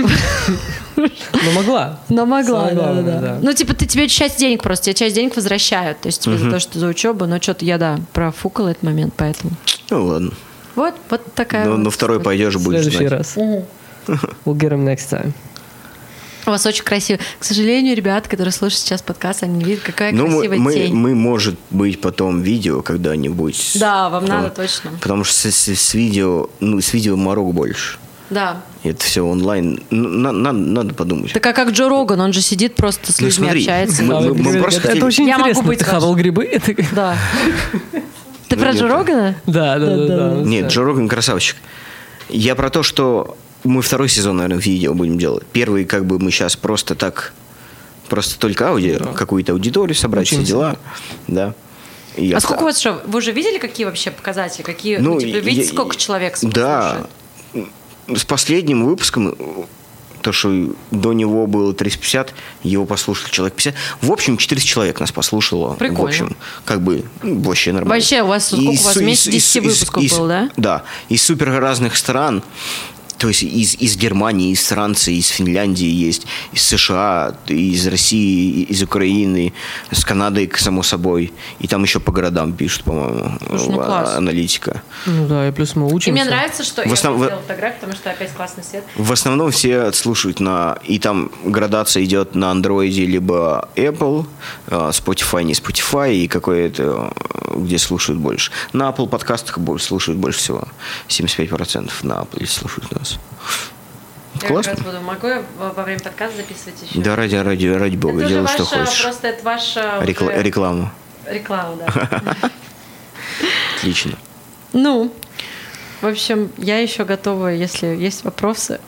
Ну, могла. Но могла, Самое да, да, главное, да. да. Ну, типа, ты тебе часть денег просто, тебе часть денег возвращают. То есть тебе за то, что за учебу, но что-то я, да, профукала этот момент, поэтому. Ну ладно. Вот, вот такая Но вот на второй история. пойдешь, В будешь следующий знать. раз. We'll get him next time. У вас очень красиво. К сожалению, ребята, которые слушают сейчас подкаст, они не видят, какая Ну, мы, красивая мы, тень. мы, может быть, потом видео когда-нибудь. Да, вам Потому- надо точно. Потому что с, с- с видео, ну, с видео морок больше. Да. Это все онлайн. Ну, на- на- надо подумать. Так а как Джо Роган, он же сидит просто с Ну, людьми, смотри, общается. мы- Хавал мы грибы. просто Это хотели- очень Я могу интересно. быть Ты хавал грибы? Это- Да. Ты Ну, про нет, Джо да. Рогана? Да, да, да. да. Нет, Джо Роган красавчик. Я про то, что мы второй сезон, наверное, видео будем делать. Первый, как бы мы сейчас просто так, просто только аудио, какую-то аудиторию собрать, все Учимся. дела. Да. И А я- сколько у вас что? Вы уже видели, какие вообще показатели? Какие, Ну, ну, типа, видите, я- сколько человек слушает? Да. С последним выпуском, то, что до него было триста пятьдесят, его послушало человек пятьдесят. В общем, четыреста человек нас послушало. Прикольно. В общем, как бы ну, вообще нормально. Вообще, у вас сколько у вас? су- Меньше десяти выпусков из- было, да? Да. Из супер разных стран. То есть из, из Германии, из Франции, из Финляндии есть, из США, из России, из Украины, с Канады, само собой. И там еще по городам пишут, по-моему, Слушай, ну а- класс. аналитика. Ну да, и плюс мы И учимся. мне нравится, что В я основном- сделала фотографию, потому что опять классный свет. В основном все слушают на... И там градация идет на Android либо Apple, э, Spotify, не Spotify, и какое-то, э, где слушают больше. На Apple подкастах больше слушают больше всего. семьдесят пять процентов на Apple слушают нас. Я Классно. как раз буду. Могу я во во время подкаста записывать еще? Да, ради, ради, ради бога, Это уже делай, что ваша- хочешь. Просто это ваша Рекла- уже Реклама. реклама, да. Отлично. Ну, в общем, я еще готова, если есть вопросы,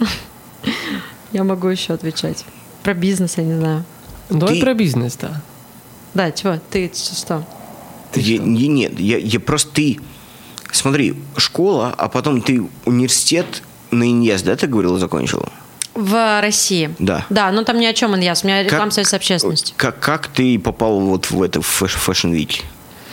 я могу еще отвечать. Про бизнес, я не знаю. Давай Ты- про бизнес, да. Да, чего? Ты что? Я- не- нет, я, я просто ты... Смотри, школа, а потом ты университет на инъезд, да, ты говорила, закончила? В России. Да. Да, ну там ни о чем инъяс. У меня реклама связи с общественностью. Как, как ты попал вот в это в фэш- Fashion Week?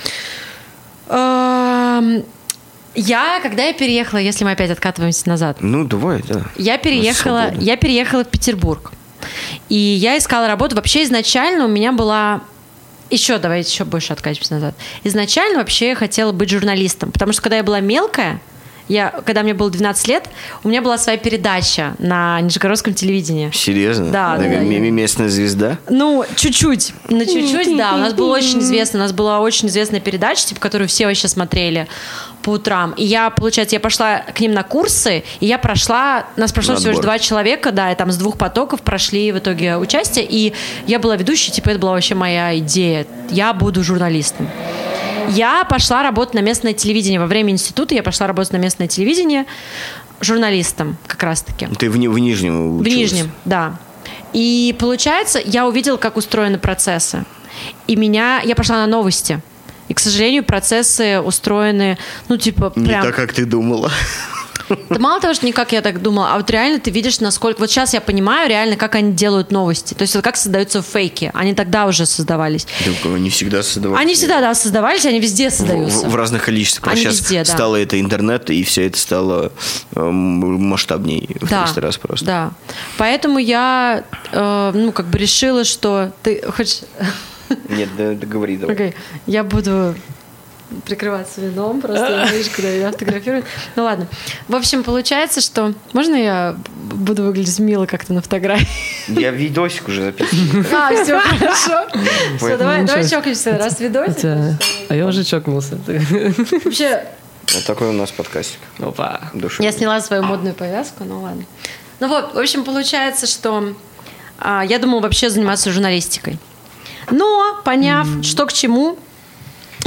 Эм, Я, когда я переехала, если мы опять откатываемся назад, Ну, давай, да. я переехала, свободно. я переехала в Петербург. И я искала работу. Вообще изначально у меня была... Еще, давайте еще больше откатимся назад. Изначально вообще я хотела быть журналистом. Потому что когда я была мелкая, я, когда мне было двенадцать лет, у меня была своя передача на Нижегородском телевидении. Серьезно? Да, На- да, да. м- м- Местная звезда? Ну, чуть-чуть. На чуть-чуть, да. У нас было очень известно. У нас была очень известная передача, типа, которую все вообще смотрели по утрам. И я, получается, я пошла к ним на курсы, и я прошла... Нас прошло На всего лишь отбор. два человека, да, и там с двух потоков прошли в итоге участие. И я была ведущей, типа, это была вообще моя идея. Я буду журналистом. Я пошла работать на местное телевидение. Во время института я пошла работать на местное телевидение журналистом как раз-таки. Ты в, Ни- в Нижнем В училась? Нижнем, да. И получается, я увидела, как устроены процессы. И меня... Я пошла на новости. И, к сожалению, процессы устроены, ну, типа, Не прям... так, как ты думала. Да мало того, что не как я так думала, а вот реально ты видишь, насколько... Вот сейчас я понимаю реально, как они делают новости. То есть вот как создаются фейки. Они тогда уже создавались. Да, они всегда создавали. Они всегда, да, создавались, они везде В, создаются. в- в разных количествах. А Они сейчас везде, да. стало это интернет, и все это стало эм, масштабнее в Да, триста раз просто. да. Поэтому я, э, ну, как бы решила, что... Ты хочешь... Нет, да, да говори давай. Окей, я буду прикрываться вином, просто видишь, когда я фотографирую. Ну ладно. В общем, получается, что... Можно я буду выглядеть мило как-то на фотографии? Я видосик уже записываю. А, все, хорошо. Все, давай, Ну, давай сейчас. чокнемся, раз видосик. Хотя- А я уже чокнулся. Вообще, Вот такой у нас подкастик. Опа. Душевный. я сняла свою модную повязку, ну ладно. Ну вот, в общем, получается, что а, я думала вообще заниматься журналистикой. Но, поняв, что к чему,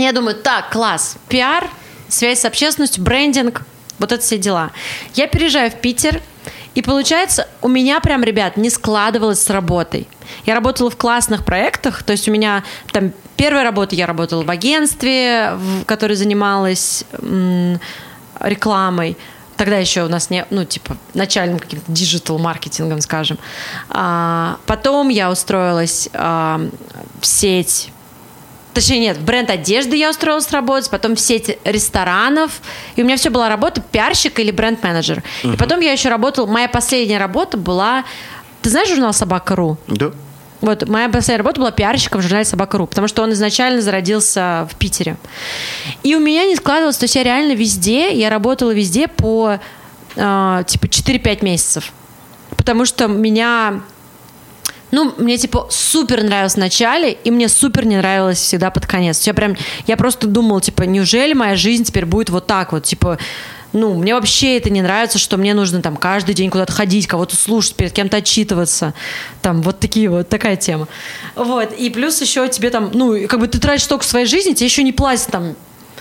Я думаю, так, класс, пиар, связь с общественностью, брендинг, вот это все дела. Я переезжаю в Питер, и получается, у меня прям, ребят, не складывалось с работой. Я работала в классных проектах, то есть у меня там первая работа, я работала в агентстве, в которой занималась м, рекламой. Тогда еще у нас не, ну, типа, начальным каким-то диджитал-маркетингом, скажем. А, потом я устроилась а, в сеть. Точнее, нет, в бренд одежды я устроилась работать, потом в сеть ресторанов. И у меня все была работа пиарщик или бренд-менеджер. Uh-huh. И потом я еще работала... Моя последняя работа была... Ты знаешь журнал «Собака.ру»? Да. Вот, моя последняя работа была пиарщиком в журнале «Собака.ру», потому что он изначально зародился в Питере. И у меня не складывалось... То есть я реально везде... Я работала везде по э, типа четыре-пять месяцев. Потому что меня... Ну, мне, типа, супер нравилось в начале, и мне супер не нравилось всегда под конец. Я прям, я просто думала, типа, неужели моя жизнь теперь будет вот так вот, типа, ну, мне вообще это не нравится, что мне нужно там каждый день куда-то ходить, кого-то слушать, перед кем-то отчитываться, там, вот такие вот, такая тема. Вот, и плюс еще тебе там, ну, как бы ты тратишь столько своей жизни, тебе еще не платят там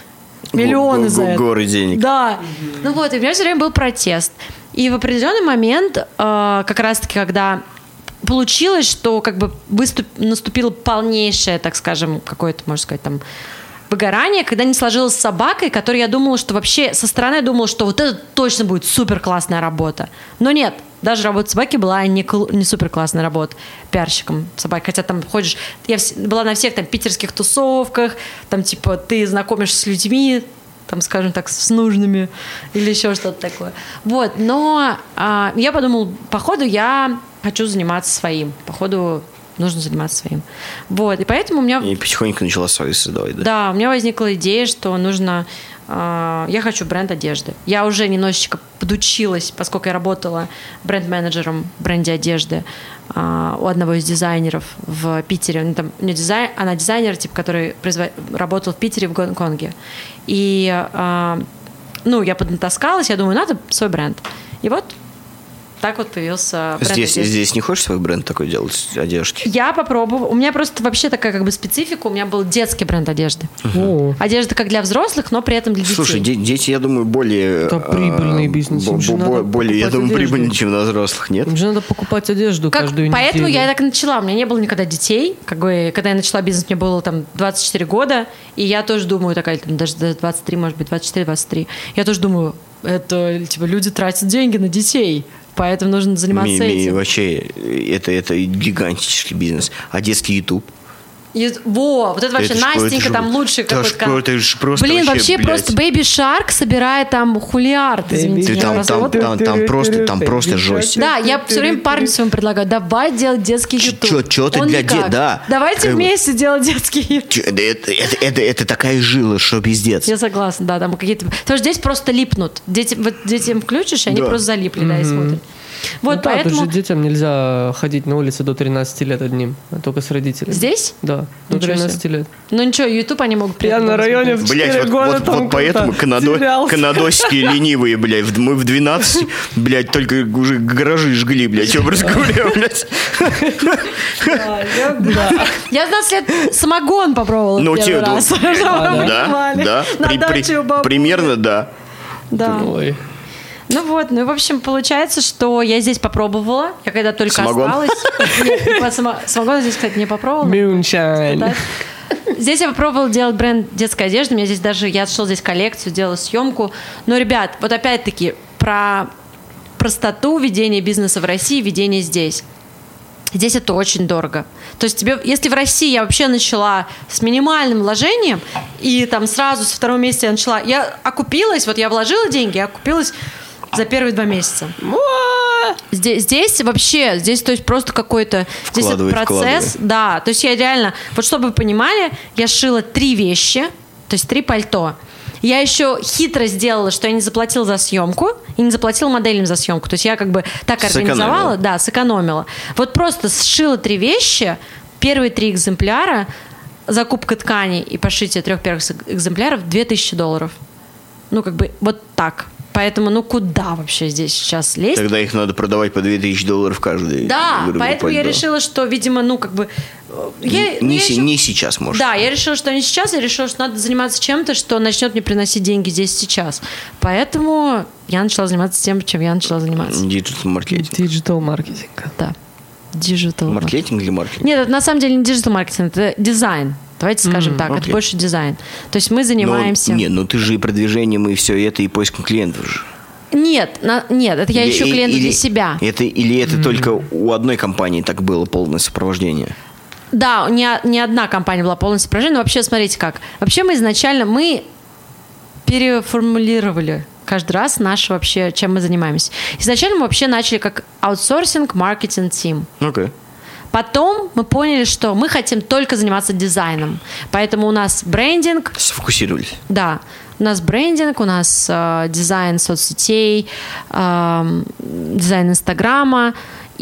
миллионы за это. Горы денег. Да, ну вот, и у меня все время был протест. И в определенный момент, э, как раз-таки, когда... Получилось, что как бы выступ... наступило полнейшее, так скажем, какое-то, можно сказать, там, выгорание, когда не сложилось с собакой, которой я думала, что вообще со стороны я думала, что вот это точно будет супер классная работа. Но нет, даже работа собаки была не, кл... не супер классная работа пиарщиком собаки. Хотя там ходишь, я вс... была на всех там питерских тусовках, там типа ты знакомишься с людьми, там, скажем так, с нужными или еще что-то такое. Вот, но а, я подумала, походу я хочу заниматься своим. Походу нужно заниматься своим. Вот, и поэтому у меня... И потихоньку начала свои создавать, да? Да, у меня возникла идея, что нужно... Э, я хочу бренд одежды. Я уже немножечко подучилась, поскольку я работала бренд-менеджером в бренде одежды э, у одного из дизайнеров в Питере. Ну, там, у нее дизайн, она дизайнер, типа, который производ... работал в Питере и в Гонконге. И, э, ну, я поднатаскалась, я думаю, надо свой бренд. И вот так вот появился бренд здесь, одежды. Здесь не хочешь свой бренд такой делать, одежки? Я попробовала. У меня просто вообще такая как бы специфика. У меня был детский бренд одежды. О. Одежда как для взрослых, но при этом для детей. Слушай, де- дети, я думаю, более... Это прибыльный бизнес. Бо- Им же бо- надо более, я покупать думаю, одежду. прибыльнее, чем на взрослых, нет? Им же надо покупать одежду Как- каждую поэтому неделю. я так и начала. У меня не было никогда детей. Как бы, когда я начала бизнес, мне было там двадцать четыре года. И я тоже думаю, такая, там, даже двадцать три, может быть, двадцать четыре двадцать три. Я тоже думаю, это типа люди тратят деньги на детей. Поэтому нужно заниматься Ми- ми- этим. Вообще, это, это гигантический бизнес. А детский YouTube? И- во, вот это вообще Это ж- это Настенька ж- там лучший это ж- какой-то. это ж просто Блин, вообще, вообще блядь. просто Baby Shark собирает там хулиард, извините. Ты меня там, просто там, вот- там, там просто, там просто жесть. Да, я все время парню своему предлагаю, давай делать детский Ч- YouTube. чё- чё ты Он для никак. де- да. Давайте Как бы- вместе делать детский YouTube. Чё, Это, это, это, это, это такая жила, что пиздец. Я согласна, да, там какие-то... Потому что здесь просто липнут. Дети, вот детям включишь, и они Да. просто залипли, да, и смотрят. Вот, Ну да, поэтому... потому что детям нельзя ходить на улице до тринадцати лет одним, а только с родителями. Здесь? Да, до Ничего тринадцати себе. лет. Ну ничего, YouTube они могут... Я приятно на районе в Блять, четыре вот, года вот, там вот поэтому куда-то канадо, терялся. канадосики ленивые, блядь. В- Мы в двенадцать, блядь, только уже гаражи жгли, блядь, образ говоря, блядь. Я в двадцать лет самогон попробовала Ну, первый те- ну, раз. Чтобы вы Да, понимали. да. На При- при- даче у бабушки. Примерно, да. Да. Ой. Ну вот, ну и в общем получается, что я здесь попробовала, я когда только Самогон? осталась. Нет, типа само- самогон здесь, кстати, не попробовала. Мюншайн. Да. Здесь я попробовала делать бренд детской одежды. У меня здесь даже, я отшила здесь коллекцию, делала съемку. Но, ребят, вот опять-таки про простоту ведения бизнеса в России, ведения здесь. Здесь это очень дорого. То есть тебе, если в России я вообще начала с минимальным вложением, и там сразу со второго месяца я начала, я окупилась, вот я вложила деньги, я окупилась за первые два месяца. Здесь, здесь вообще, здесь то есть просто какой-то здесь это Вкладывай, процесс, вкладывай. да, то есть я реально, вот чтобы вы понимали, я шила три вещи, то есть три пальто. Я еще хитро сделала, что я не заплатила за съемку и не заплатила моделям за съемку. То есть я как бы так Сэкономила. организовала, да, сэкономила. Вот просто сшила три вещи, первые три экземпляра, закупка ткани и пошитие трех первых экземпляров две тысячи долларов. Ну, как бы вот так. Поэтому, ну, куда вообще здесь сейчас лезть? Тогда их надо продавать по две тысячи долларов каждый. Да, грубо поэтому я пальто. решила, что, видимо, ну, как бы Я, не, я си- еще... не сейчас, может. Да, я решила, что не сейчас, я решила, что надо заниматься чем-то, что начнет мне приносить деньги здесь сейчас. Поэтому я начала заниматься тем, чем я начала заниматься. Диджитал-маркетинг. Диджитал-маркетинг. Да. Диджитал. Маркетинг или маркетинг? Нет, это на самом деле не диджитал-маркетинг, это дизайн. Давайте скажем mm, так, okay. это больше дизайн. То есть мы занимаемся... Но, не, ну ты же и продвижением, и все это, и поиском клиентов же. Нет, на, нет, это я или, ищу клиентов или, для себя. Это, или это mm. только у одной компании так было полное сопровождение? Да, не, не одна компания была полностью сопровождение, но вообще, смотрите как. Вообще мы изначально, мы переформулировали каждый раз наше вообще, чем мы занимаемся. Изначально мы вообще начали как аутсорсинг, маркетинг, тим. Окей. Okay. Потом мы поняли, что мы хотим только заниматься дизайном. Поэтому у нас брендинг. Сфокусировались. Да. У нас брендинг, у нас э, дизайн соцсетей, э, дизайн Инстаграма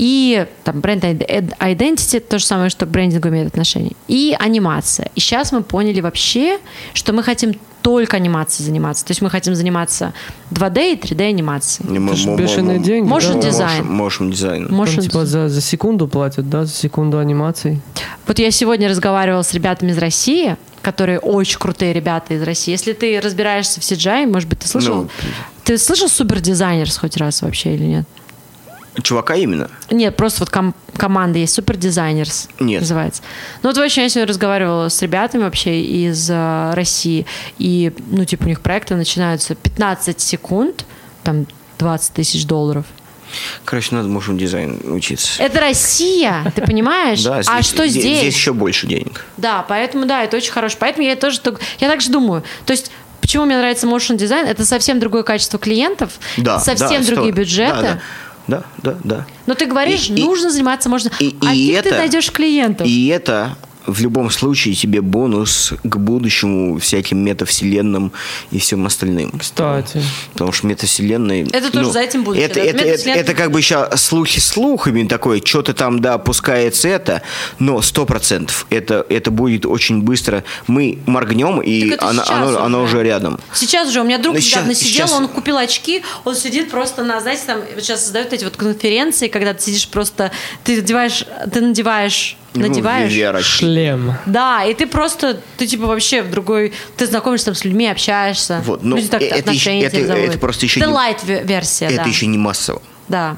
и там бренд identity, то же самое, что к брендингу имеет отношение, и анимация. И сейчас мы поняли вообще, что мы хотим только анимацией заниматься. То есть мы хотим заниматься два дэ и три дэ анимацией. Это же бешеные деньги. Motion дизайн. Motion дизайн. Там типа за, за секунду платят, да, за секунду анимации. Вот я сегодня разговаривала с ребятами из России, которые очень крутые ребята из России. Если ты разбираешься в си джи ай, может быть, ты слышал? Ну, ты слышал супердизайнерс хоть раз вообще или нет? Чувака именно? Нет, просто вот ком- команда есть, супердизайнерс называется. Ну вот, в общем, я сегодня разговаривала с ребятами вообще из э, России, и, ну, типа, у них проекты начинаются пятнадцать секунд, там, двадцать тысяч долларов. Короче, надо motion дизайн учиться. Это Россия, ты понимаешь? Да, а что здесь? Здесь еще больше денег. Да, поэтому, да, это очень хорошо. Поэтому я тоже, я так же думаю. То есть, почему мне нравится motion дизайн? Это совсем другое качество клиентов, да, совсем да, другие сто... бюджеты. Да, да, да, да. Но ты говоришь, и, нужно и, заниматься, можно. И, а и как это, ты найдешь клиентов? И это в любом случае тебе бонус к будущему, всяким метавселенным и всем остальным. Кстати. Потому что метавселенные... Это тоже ну, за этим будущее. Это, Да? это, это, это как бы еще слухи слухами такое, что-то там, да, опускается это, но сто процентов это, это будет очень быстро. Мы моргнем, и оно, оно, уже. оно уже рядом. Сейчас же у меня друг но недавно сейчас, сидел, сейчас... он купил очки, он сидит просто на, знаете, там вот сейчас создают эти вот конференции, когда ты сидишь просто, ты надеваешь, ты надеваешь надеваешь ну, шлем. Да, и ты просто, ты типа вообще в другой, ты знакомишься там с людьми, общаешься. Вот, ну, люди так это, отношения это, это, это просто еще это не... лайт-версия, Это да. еще не массово. Да.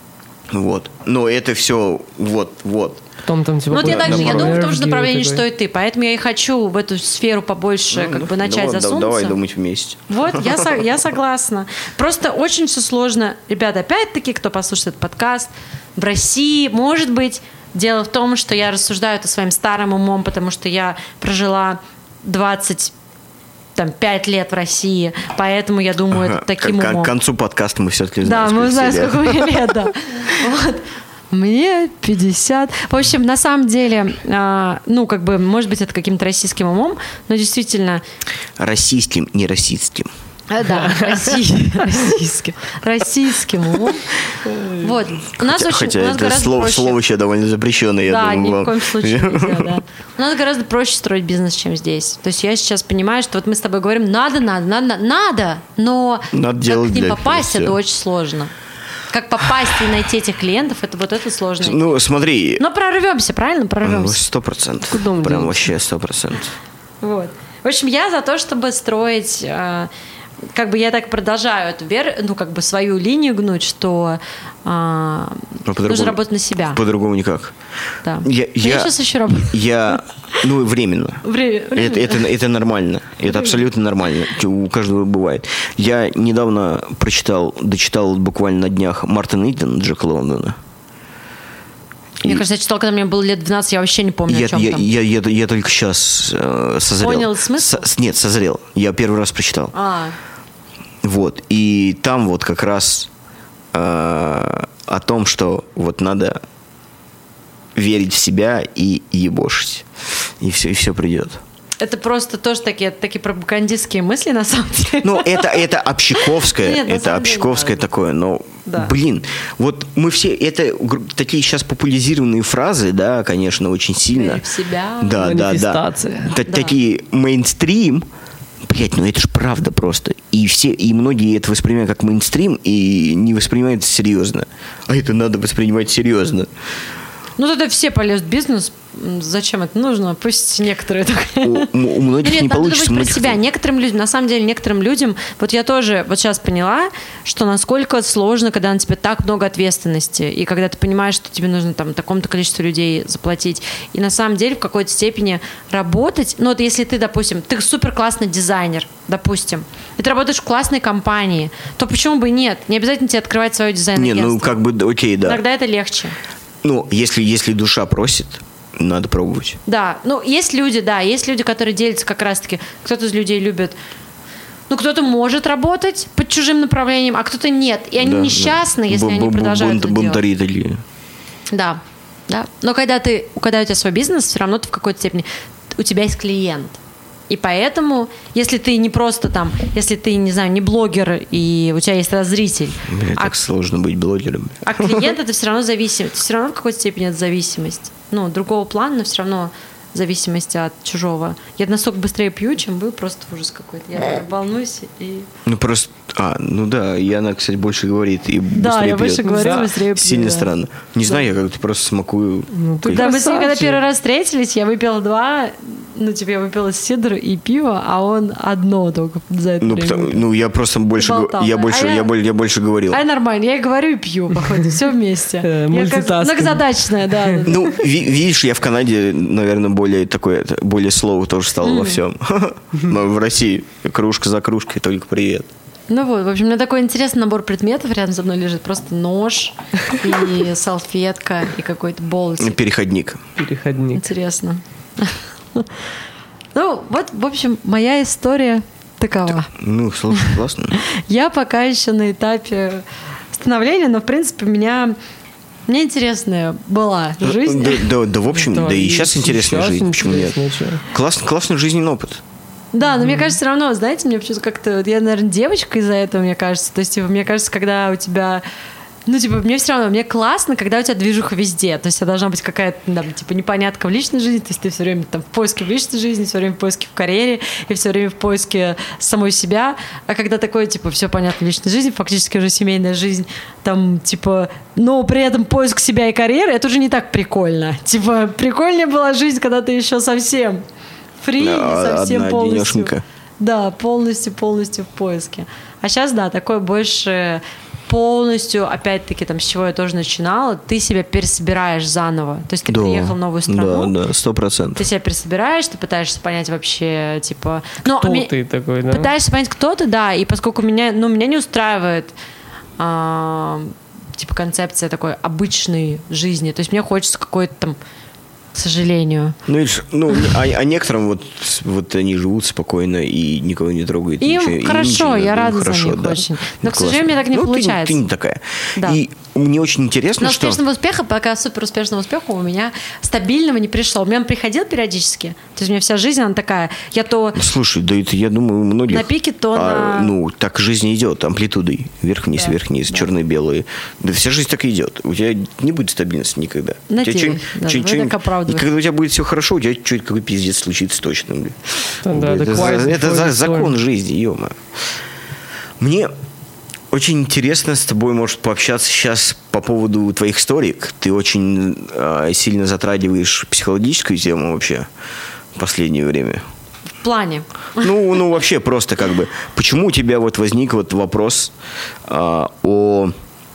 Вот. Но это все вот, вот. Том, там, типа, ну, вот я также, я думаю, в том же направлении, такой. что и ты. Поэтому я и хочу в эту сферу побольше, ну, как бы, начать ну, засунуться. Давай думать вместе. Вот, я, со, я согласна. Просто очень все сложно. Ребята, опять-таки, кто послушает этот подкаст, в России, может быть, дело в том, что я рассуждаю это своим старым умом, потому что я прожила двадцать там, пять лет в России, поэтому я думаю, ага. это таким к, умом. К концу подкаста мы все-таки знаем, да, мы знаем, сколько мне лет, да. Вот. Мне пятьдесят. В общем, на самом деле, э, ну, как бы, может быть, это каким-то российским умом, но действительно... Российским, не российским. А, да, российским. Российским умом. Вот. У нас хотя, очень, хотя у нас это гораздо слово, проще. слово еще довольно запрещенное, я да, думаю. ни в коем случае нельзя, да. У нас гораздо проще строить бизнес, чем здесь. То есть я сейчас понимаю, что вот мы с тобой говорим, надо, надо, надо, надо, но надо как к ним для... попасть, это очень сложно. Как попасть и найти этих клиентов, это вот это сложно. Ну, смотри. Но прорвемся, правильно? Прорвемся. Сто процентов. Прям делать? Вообще сто процентов. Вот. В общем, я за то, чтобы строить... Э, как бы я так продолжаю эту веру, ну, как бы свою линию гнуть, что э, нужно работать на себя. По-другому никак. Да. Я, я, я сейчас еще работаю. Я, ну, временно. Время, время. Это, это, это нормально. Это время. Абсолютно нормально. У каждого бывает. Я недавно прочитал, дочитал буквально на днях Мартин Иден, Джека Лондона. Мне и... кажется, я читала, когда мне было лет двенадцать, я вообще не помню, я, о чем я, там. Я, я, я, я только сейчас э, созрел. Понял смысл? С, нет, созрел. Я первый раз прочитал. А. Вот. И там вот как раз э, о том, что вот надо верить в себя и ебошить. И все, и все придет. Это просто тоже такие, такие пропагандистские мысли, на самом деле. Ну, это, это общаковское, Нет, это общаковское такое, но, да. блин, вот мы все, это такие сейчас популяризированные фразы, да, конечно, очень сильно. В себя. Да, да, да. Т- да. Такие мейнстрим, блять, ну это ж правда просто. И все, и многие это воспринимают как мейнстрим и не воспринимают это серьезно. А это надо воспринимать серьезно. Ну, тогда все полезут в бизнес. Зачем это нужно? Пусть некоторые так. У, у многих Нет, не надо получится. думать многих... про себя. Некоторым людям, на самом деле, некоторым людям, вот я тоже вот сейчас поняла, что насколько сложно, когда на тебе так много ответственности, и когда ты понимаешь, что тебе нужно там такому-то количеству людей заплатить. И на самом деле в какой-то степени работать, ну вот если ты, допустим, ты супер классный дизайнер, допустим, и ты работаешь в классной компании, то почему бы и нет? Не обязательно тебе открывать свое дизайн-агентство. Не, ну как бы, окей, да. Тогда это легче. Ну, если, если душа просит, надо пробовать. Да, ну есть люди, да, есть люди, которые делятся как раз-таки, кто-то из людей любит, ну кто-то может работать под чужим направлением, а кто-то нет, и они Да, несчастны, да. если Бу- они бу- продолжают бунт- это делать. Бунтари такие. Да, да, но когда ты, когда у тебя свой бизнес, все равно ты в какой-то степени, у тебя есть клиент. И поэтому, если ты не просто там, если ты, не знаю, не блогер, и у тебя есть тогда зритель, Блин, а, так сложно быть блогером. а клиент это все равно зависимость, все равно в какой-то степени это зависимость. Ну, другого плана, но все равно зависимости от чужого. Я настолько быстрее пью, чем вы, просто ужас какой-то. Я волнуюсь и... Ну просто, а, ну да, и она, кстати, больше говорит и Да, быстрее я больше пьет. говорю, Да. быстрее пью. Сильно да. странно. Не знаю, я как-то просто смакую. Ну, ты Да, мы с ним когда красавчик. первый раз встретились, я выпила два, ну, типа, я выпила сидр и пиво, а он одно только за это Ну, время. потому- ну, я просто больше, го- Болтал, я да. больше, А я- я, боль- я больше говорил. А я нормально, я и говорю, и пью, походу, все вместе. Э, Я как мультитаскинг. многозадачная, да. да, да. Ну, ви- видишь, я в Канаде, наверное, более такой, это, более слово тоже стал во всем. Но в России кружка за кружкой, только привет. Ну вот, в общем, у меня такой интересный набор предметов рядом со мной лежит. Просто нож и салфетка и какой-то болтик. Переходник. Переходник. Интересно. Ну, вот, в общем, моя история такова. Ну, слушай, классно. Я пока еще на этапе становления, но, в принципе, у меня... Мне интересная была жизнь. Да, да, да, в общем, да, и сейчас интересная сейчас жизнь, почему нет? интересно, чё. Классный, классный жизненный опыт. Да, но мне кажется, все равно, знаете, мне почему-то как-то... вот я, наверное, девочка из-за этого, мне кажется. То есть, типа, мне кажется, когда у тебя... Ну, типа, мне все равно, мне классно, когда у тебя движуха везде. То есть, у тебя должна быть какая-то, там, типа, непонятка в личной жизни. То есть, ты все время там в поиске в личной жизни, все время в поиске в карьере, и все время в поиске самой себя. А когда такое, типа, все понятно в личной жизни, фактически уже семейная жизнь, там, типа, но при этом поиск себя и карьеры, это уже не так прикольно. Типа, прикольнее была жизнь, когда ты еще совсем фри, Да, совсем одна полностью. денешенька. Да, полностью, полностью в поиске. А сейчас, да, такое больше полностью, опять-таки, там, с чего я тоже начинала, ты себя пересобираешь заново. То есть ты Да, приехал в новую страну, Да, да, сто процентов. ты себя пересобираешь, ты пытаешься понять вообще, типа... Ну, Кто а ми- ты такой, да? Пытаешься понять, кто ты, да, и поскольку меня, ну, меня не устраивает а, типа концепция такой обычной жизни, то есть мне хочется какой-то там, к сожалению. Ну, видишь, ну, а, а некоторым вот, с- вот они живут спокойно и никого не трогают. Им ничего, и хорошо, ничего, я им рада за хорошо, них да. очень. Ну, Но, к сожалению, мне так не ну, ты- получается. Ты, не такая. Да. И мне очень интересно, Но что... успешного успеха, пока супер успешного успеха у меня стабильного не пришло. У меня он приходил периодически. То есть у меня вся жизнь, она такая. Я то Ну, слушай, да это, я думаю, у многих... на пике, то а, на... Ну, так жизнь идет, амплитудой. Вверх-вниз, Да, вверх-вниз, да. черно-белые. Да вся жизнь так и идет. У тебя не будет стабильности никогда. У тебя Надеюсь, чё- да, чё- вы чё- так оправдываете. И когда у тебя будет все хорошо, у тебя что-то какой пиздец случится точно. блин. Да, да, это the за- quiet это before за- the закон storm. жизни, ё Мне очень интересно с тобой, может, пообщаться сейчас по поводу твоих историк. Ты очень э, сильно затрагиваешь психологическую тему вообще в последнее время. В плане. Ну, ну, вообще просто как бы, почему у тебя вот возник вот вопрос а, о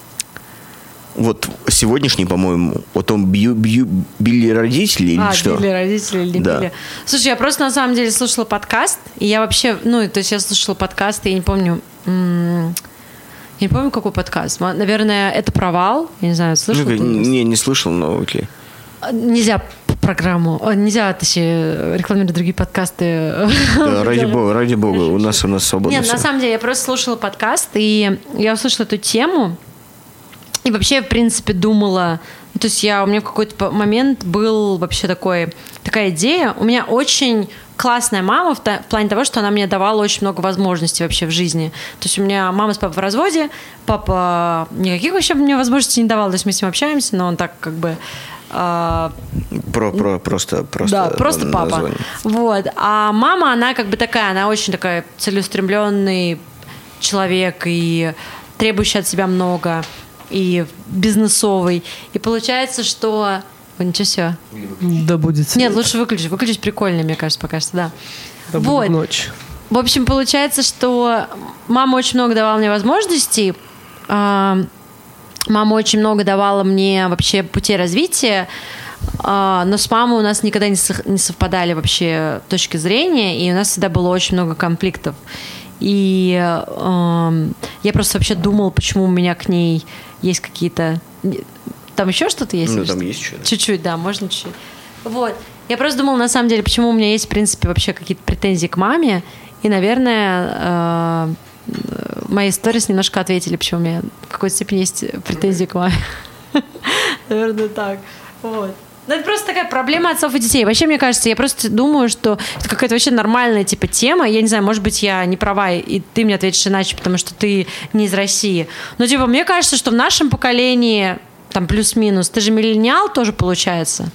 вот сегодняшний, по-моему, о том, бью, бью, били родители или А, что? били родители или не Да. били. Слушай, я просто на самом деле слушала подкаст, и я вообще, ну, то есть я слушала подкаст, и я не помню, м- я не помню, какой подкаст. Ма- Наверное, это «Провал». Я не знаю, слышал? Ну, ты? не, не слышал, но окей. Нельзя п- программу, о, нельзя, точнее, рекламировать другие подкасты. Да, ради бога, ради бога, у нас у нас свободно Нет, всё. на самом деле, я просто слушала подкаст, и я услышала эту тему, и вообще, я, в принципе, думала... ну, то есть я, у меня в какой-то п- момент был вообще такой, такая идея. У меня очень классная мама в, та- в плане того, что она мне давала очень много возможностей вообще в жизни. То есть у меня мама с папой в разводе, папа никаких вообще мне возможностей не давал. То есть мы с ним общаемся, но он так как бы... а, Про, про, просто, просто, да, просто на- папа. название. Вот. А мама, она как бы такая, она очень такая целеустремленный человек и требующий от себя много, и бизнесовый. И получается, что Ой, ничего себе. Да будет свет. Нет, лучше выключить. Выключить прикольно, мне кажется, пока что, да. Да вот. будет ночь. В общем, получается, что мама очень много давала мне возможностей. Мама очень много давала мне вообще путей развития. Но с мамой у нас никогда не совпадали вообще точки зрения, и у нас всегда было очень много конфликтов. И э, я просто вообще думала, почему у меня к ней есть какие-то... Там еще что-то есть? Ну, там есть что-то. Чуть-чуть, да, можно чуть-чуть. Вот. Я просто думала, на самом деле, почему у меня есть, в принципе, вообще какие-то претензии к маме. И, наверное, э, мои сторис немножко ответили, почему у меня в какой-то степени есть претензии к маме. Наверное, так. Вот. Ну, это просто такая проблема отцов и детей. Вообще, мне кажется, я просто думаю, что это какая-то вообще нормальная типа тема. Я не знаю, может быть, я не права, и ты мне ответишь иначе, потому что ты не из России. Но типа мне кажется, что в нашем поколении, там плюс-минус, ты же миллениал тоже получается.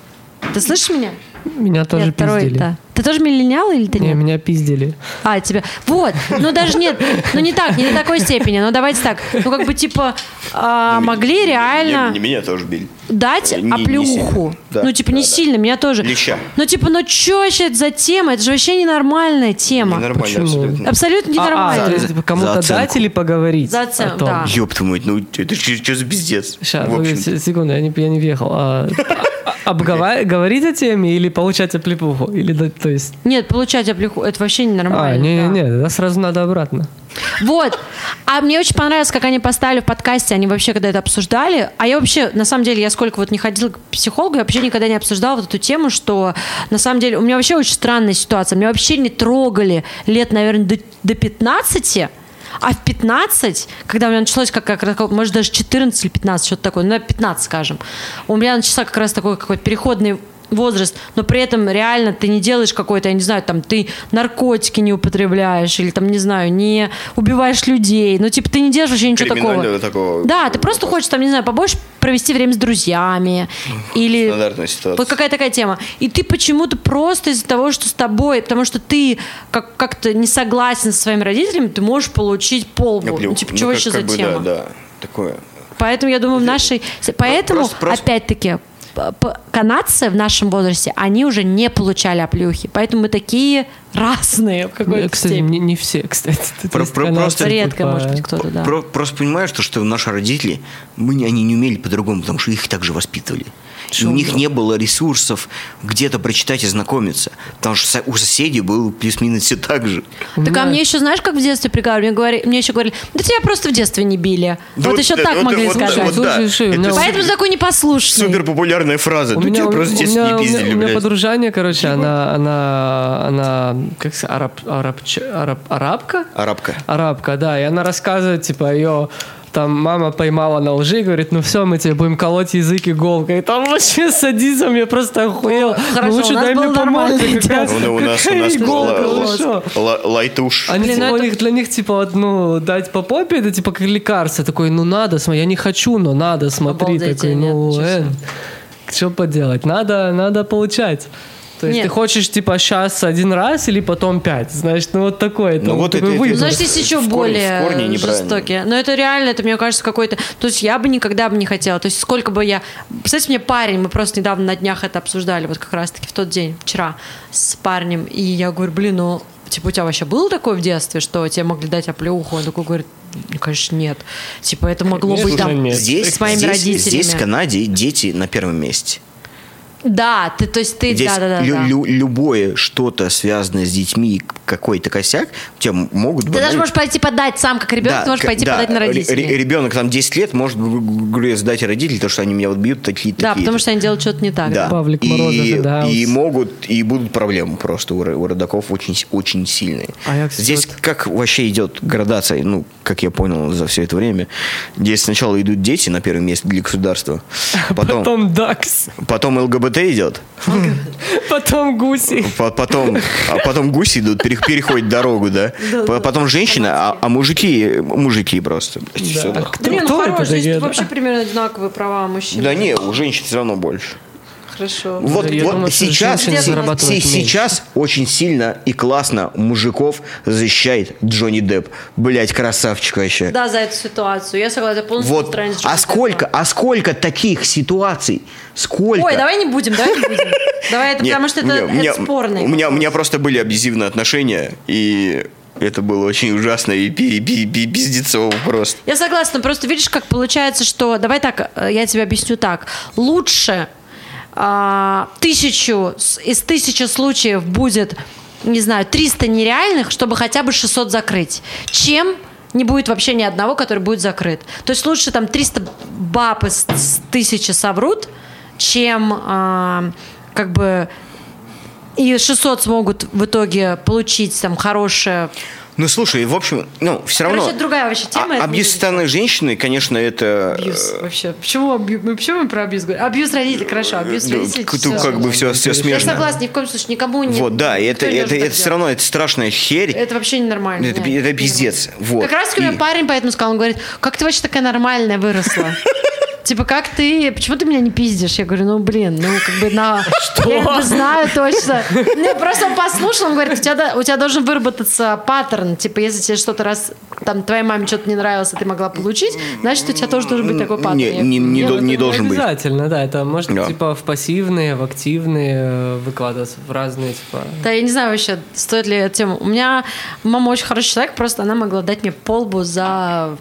Ты слышишь меня? Меня тоже нет, второй, пиздили. Да. Ты тоже миллениал или ты не, нет? меня пиздили. А, тебя. Вот. Ну, даже нет. Ну, не так, не до такой степени. Но давайте так. Ну, как бы, типа, а, ну, могли реально... Не, не меня тоже били. Дать не, оплюху. Не да, ну, типа, да, не да. сильно. Меня тоже. Леща. Ну, типа, ну, что вообще это за тема? Это же вообще ненормальная тема. Ненормально, Почему? абсолютно. Абсолютно ненормально. А, а, то есть, типа, кому-то дать или поговорить? За оценку, о том? да. Ёб твою мать, ну это что за пиздец? Сейчас, в общем-то. секунду, я не, я не въехал. А, обговаривать, говорить о теме или получать оплепуху? Или, да, то есть... Нет, получать оплюху, это вообще ненормально. А, не-не-не, да. да, сразу надо обратно. Вот. А мне очень понравилось, как они поставили в подкасте, они вообще когда это обсуждали. А я вообще, на самом деле, я сколько вот не ходила к психологу, я вообще никогда не обсуждала вот эту тему, что на самом деле у меня вообще очень странная ситуация. Меня вообще не трогали лет, наверное, до, до пятнадцати. А в пятнадцать, когда у меня началось, как, как, может, даже четырнадцать или пятнадцать, что-то такое, ну, пятнадцать, скажем, у меня начался как раз такой какой-то переходный возраст, но при этом реально ты не делаешь какой-то, я не знаю, там, ты наркотики не употребляешь или, там, не знаю, не убиваешь людей, ну, типа, ты не делаешь вообще ничего такого. такого. Да, ты просто хочешь, там, не знаю, побольше провести время с друзьями или... Стандартная ситуация. Вот какая такая тема. И ты почему-то просто из-за того, что с тобой, потому что ты как- как-то не согласен со своими родителями, ты можешь получить полбу. Ну, типа, ну, чего как, еще как за бы, тема? Да, да, такое. Поэтому я думаю, в нашей... Поэтому, Просто- просто- опять-таки, п- п- канадцы в нашем возрасте, они уже не получали оплюхи. Поэтому мы такие разные в какой-то Кстати, степени. не, не все, кстати. Про- есть про- канадцы, просто- Редко, типа, может быть, кто-то, да. Про- просто понимаешь, что, что наши родители, мы, не- они не умели по-другому, потому что их так же воспитывали. И Что у них да. не было ресурсов где-то прочитать и знакомиться. Потому что со- у соседей было плюс-минус все так же. у Так а меня- мне еще, знаешь, как в детстве приговаривали? Мне, говори- мне еще говорили, да тебя просто в детстве не били. Да вот, вот еще это- так вот- могли вот- сказать. вот да. Слушай, слушай, у Это меня- Поэтому ты такой непослушный. Супер популярная фраза. У Да меня, тебя у, просто в у детстве меня, не у меня- пиздили, у меня блядь. подружание, короче, она, она, она, как сказать, араб, арабча- араб, арабка? Арабка. Арабка, да, и она рассказывает, типа, ее там мама поймала на лжи и говорит, ну все, мы тебе будем колоть язык иголкой. И там вообще садизм, я просто охуел. Хорошо, ну, лучше у нас дай было мне по нормально, морде, какая, Ну, у нас, у какая нас иголка, была- вы что? Ла- Лайтуш. Они, Блин, типа, ну у это- них, для них, типа, вот, ну, дать по попе, это, типа, как лекарство. Такой, ну, надо, смотри, я не хочу, но надо, смотри. Обалдеть, Такой, нет, ну, ничего э, себе. что поделать? Надо, надо получать. То есть Нет. ты хочешь, типа, сейчас один раз или потом пять. Значит, ну, вот такой. Ну, там, вот такой это- выбор. это- Знаешь, есть еще в корне- более в корне неправильно. жестокие. Но это реально, это, мне кажется, какой-то... То есть я бы никогда бы не хотела. То есть сколько бы я... Представьте, мне парень, мы просто недавно на днях это обсуждали, вот как раз-таки в тот день, вчера, с парнем. И я говорю, блин, ну, типа, у тебя вообще было такое в детстве, что тебе могли дать оплеуху? Он такой говорит, ну, конечно, нет. Типа, это могло Конечно, быть там нет. Здесь, с моими здесь, родителями. здесь в Канаде дети на первом месте. Да, ты, то есть ты... Здесь Да, да, да. лю- да. лю- любое что-то связанное с детьми, какой-то косяк, у тебя могут... Ты даже можешь пойти подать сам, как ребенок, Да, ты можешь к- пойти да, подать на ре- родителей. ре- Ребенок там десять лет может, говорю, сдать родителей, то что они меня вот бьют такие-то. Да, потому что они делают что-то не так. Да. Павлик и, Морозов и Даус. и могут, и будут проблемы просто у, ро- у родаков очень, с- очень сильные. А я, кстати, Здесь вот- как вообще идет градация, ну, как я понял за все это время. Здесь сначала идут дети на первое место для государства, потом, Потом ДАКС. потом ЛГБТ идет, Потом гуси. по- потом, а потом гуси идут, пере- переходят дорогу, да. Да, По- да. Потом женщина, а, а мужики, мужики просто. блядь, всё, да. Кто, Да не, ну кто хорош, это здесь такие? вообще примерно одинаковые права мужчин. Да не, у женщин все равно больше. Хорошо. Вот, Я вот думаю, что сейчас, женщины се- зарабатывают се- меньше. сейчас очень сильно и классно мужиков защищает Джонни Депп. Блять, красавчик вообще. Да, за эту ситуацию. Я согласна, полностью Вот. устранить А Джонни сколько, Деппа. а сколько таких ситуаций? Сколько? Ой, давай не будем, давай не будем. Давай это, Нет, потому что это, у меня- это у меня- спорный У меня, у вопрос. меня просто были абьюзивные отношения, и это было очень ужасно и пи- пи- пи- пиздецово просто. Я согласна, просто видишь, как получается, что... Давай так, э, я тебе объясню так. Лучше а, тысячу, с- из тысячи случаев будет, не знаю, триста нереальных, чтобы хотя бы шестьсот закрыть, чем не будет вообще ни одного, который будет закрыт. То есть лучше там триста баб из с тысячи соврут, чем а, как бы... И шестьсот смогут в итоге получить там хорошее... Ну, слушай, в общем, ну, все равно... Короче, это другая вообще тема. а- это не абьюз со будет. стороны женщины, конечно, это... Абьюз вообще. Почему, абью- мы- почему мы про абьюз говорим? Абьюз родителей, хорошо, абьюз Ну, родителей. к- всё. тут как бы все, все Я смежно. согласна, ни в коем случае никому не... Вот, да, и это, никто не это, должен это, так все делать. равно, это страшная херь. Это вообще ненормально. Это, нет, это пиздец. ненормально. Вот. Как раз таки у И- меня парень поэтому сказал, он говорит, как ты вообще такая нормальная выросла? Типа, как ты, почему ты меня не пиздишь? Я говорю, ну, блин, ну, как бы на... Я как бы знаю точно. Ну, просто он послушал, он говорит, у тебя, до- у тебя должен выработаться паттерн. Типа, если тебе что-то раз, там, твоей маме что-то не нравилось, а ты могла получить, значит, у тебя тоже должен быть такой паттерн. Не, Я- не, не, я до- вот не это- должен быть. Обязательно, да. Это может Да. типа в пассивные, в активные э, выкладываться, в разные типа. Да, я не знаю вообще, стоит ли эту тему. У меня мама очень хороший человек, просто она могла дать мне полбу за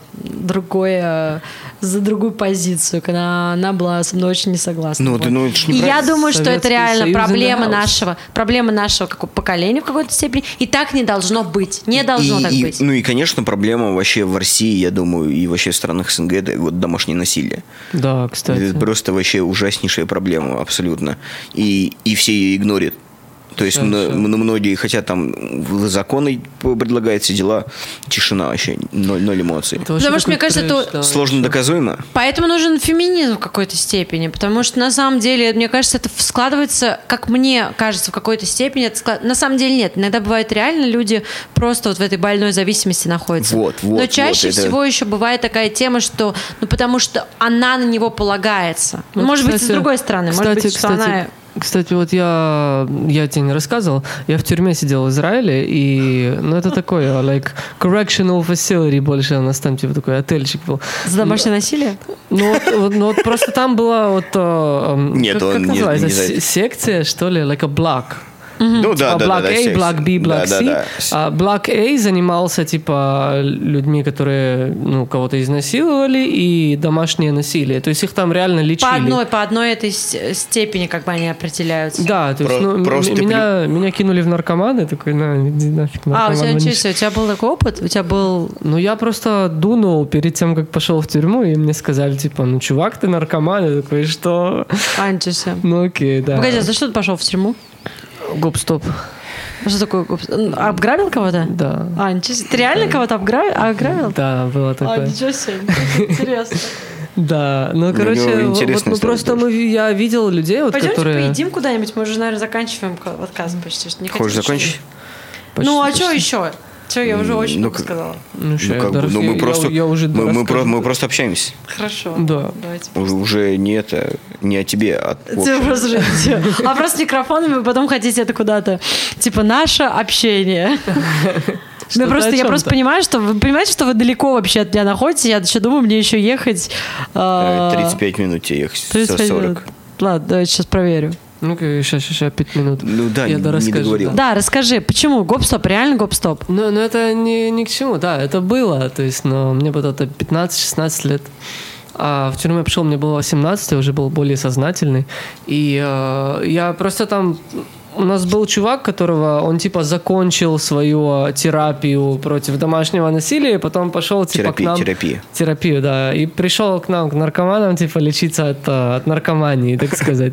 другое, за другую позицию, когда она была со мной очень не согласна. Ну, Вот. ты- ну, это ж И я неправильно. думаю, что это Советский реально Союз in the проблема house. нашего, проблема нашего как- поколения в какой-то степени. И так не должно быть. Не должно И- так и- быть. Ну и, конечно, проблема вообще в России, я думаю, и вообще в странах СНГ, это вот домашнее насилие. Да, кстати. Это просто вообще ужаснейшая проблема, абсолютно. И, и все ее игнорят. То есть Всё, мно- всё. м- многие хотят там в законы предлагаются дела, тишина вообще, ноль, ноль эмоций. Это вообще Потому что, такой мне кажется, трэш, это да, Сложно вообще. доказуемо. Поэтому нужен феминизм в какой-то степени, потому что на самом деле, мне кажется, это складывается, как мне кажется, в какой-то степени. Это склад- На самом деле нет. Иногда бывает реально люди просто вот в этой больной зависимости находятся. Вот, вот, Но чаще вот, это- всего еще бывает такая тема, что, ну потому что она на него полагается. Ну, Вот, может быть, с кстати, другой стороны, кстати, может быть, что кстати, она... Кстати, вот я, я тебе не рассказывал, я в тюрьме сидел в Израиле, и, ну, это такое, like, correctional facility больше, у нас там, типа, такой отельчик был. За домашнее насилие? Ну, вот, вот- ну, вот просто там была вот, э, эм, Нет, как, он как не- называется, не за Се- это. секция, что ли, like a block. Ну да, А да, Block да, да, A, секс. Block B, Block Да, C. да, да. А Block A занимался типа людьми, которые ну, кого-то изнасиловали и домашнее насилие. То есть их там реально лечили. По одной, по одной этой с- степени как бы они определяются. Да, то есть Про- ну, м- просто ты меня, меня кинули в наркоманы, такой, на, иди нафиг, А, у наркоман, тебя вонючий». ничего себе, у тебя был такой опыт? У тебя был... Ну, я просто дунул перед тем, как пошел в тюрьму, и мне сказали, типа, ну, чувак, ты наркоман. Я такой, что? А, ничего себе. Ну, окей, да. Погоди, а за что ты пошел в тюрьму? Гоп-стоп. А что такое? гоп- Обграбил кого-то? Да. А, ничего себе. Ты реально кого-то обграбил? обграбил? Да, было А, такое. ничего себе. Интересно. Да, ну, короче, него вот, интересная ну, история просто тоже. мы, я видел людей, вот, Пойдемте которые... поедим куда-нибудь. Мы уже, наверное, заканчиваем ко- подкаст почти. что не Хочешь хотим закончить? еще. Почти, Ну, а почти. что еще? Что, я уже очень Ну, много как- сказала. Ну, ща Ну, я как бы, дорас- ну, мы я- просто, я уже мы, мы, расскажу. про- мы просто общаемся. Хорошо. Да. Давайте. Уже, уже не это, не о тебе, а в Типа общем. просто же- типа, а просто микрофонами вы потом хотите это куда-то. Типа наше общение. Ну, Что-то просто, о я чём-то. просто понимаю, что вы понимаете, что вы далеко вообще от меня находитесь. Я еще думаю, мне еще ехать. а, Э, тридцать пять минут тебе ехать, тридцать пять сорок. минут. Ладно, давайте сейчас проверю. Ну-ка, сейчас, сейчас, сейчас, пять минут. Ну да, я не- дорасскажу, не договорил. Да, расскажи, почему гоп-стоп, реально гоп-стоп? Ну, ну это не, ни к чему, да, это было, то есть, но мне было это пятнадцать-шестнадцать лет. А в тюрьму я пришел, мне было восемнадцать, я уже был более сознательный. И э, я просто там... У нас был чувак, которого он типа закончил свою терапию против домашнего насилия, и потом пошел типа к Терапия, нам... терапия. Терапию, да. И пришел к нам, к наркоманам, типа, лечиться от, э, от наркомании, так сказать.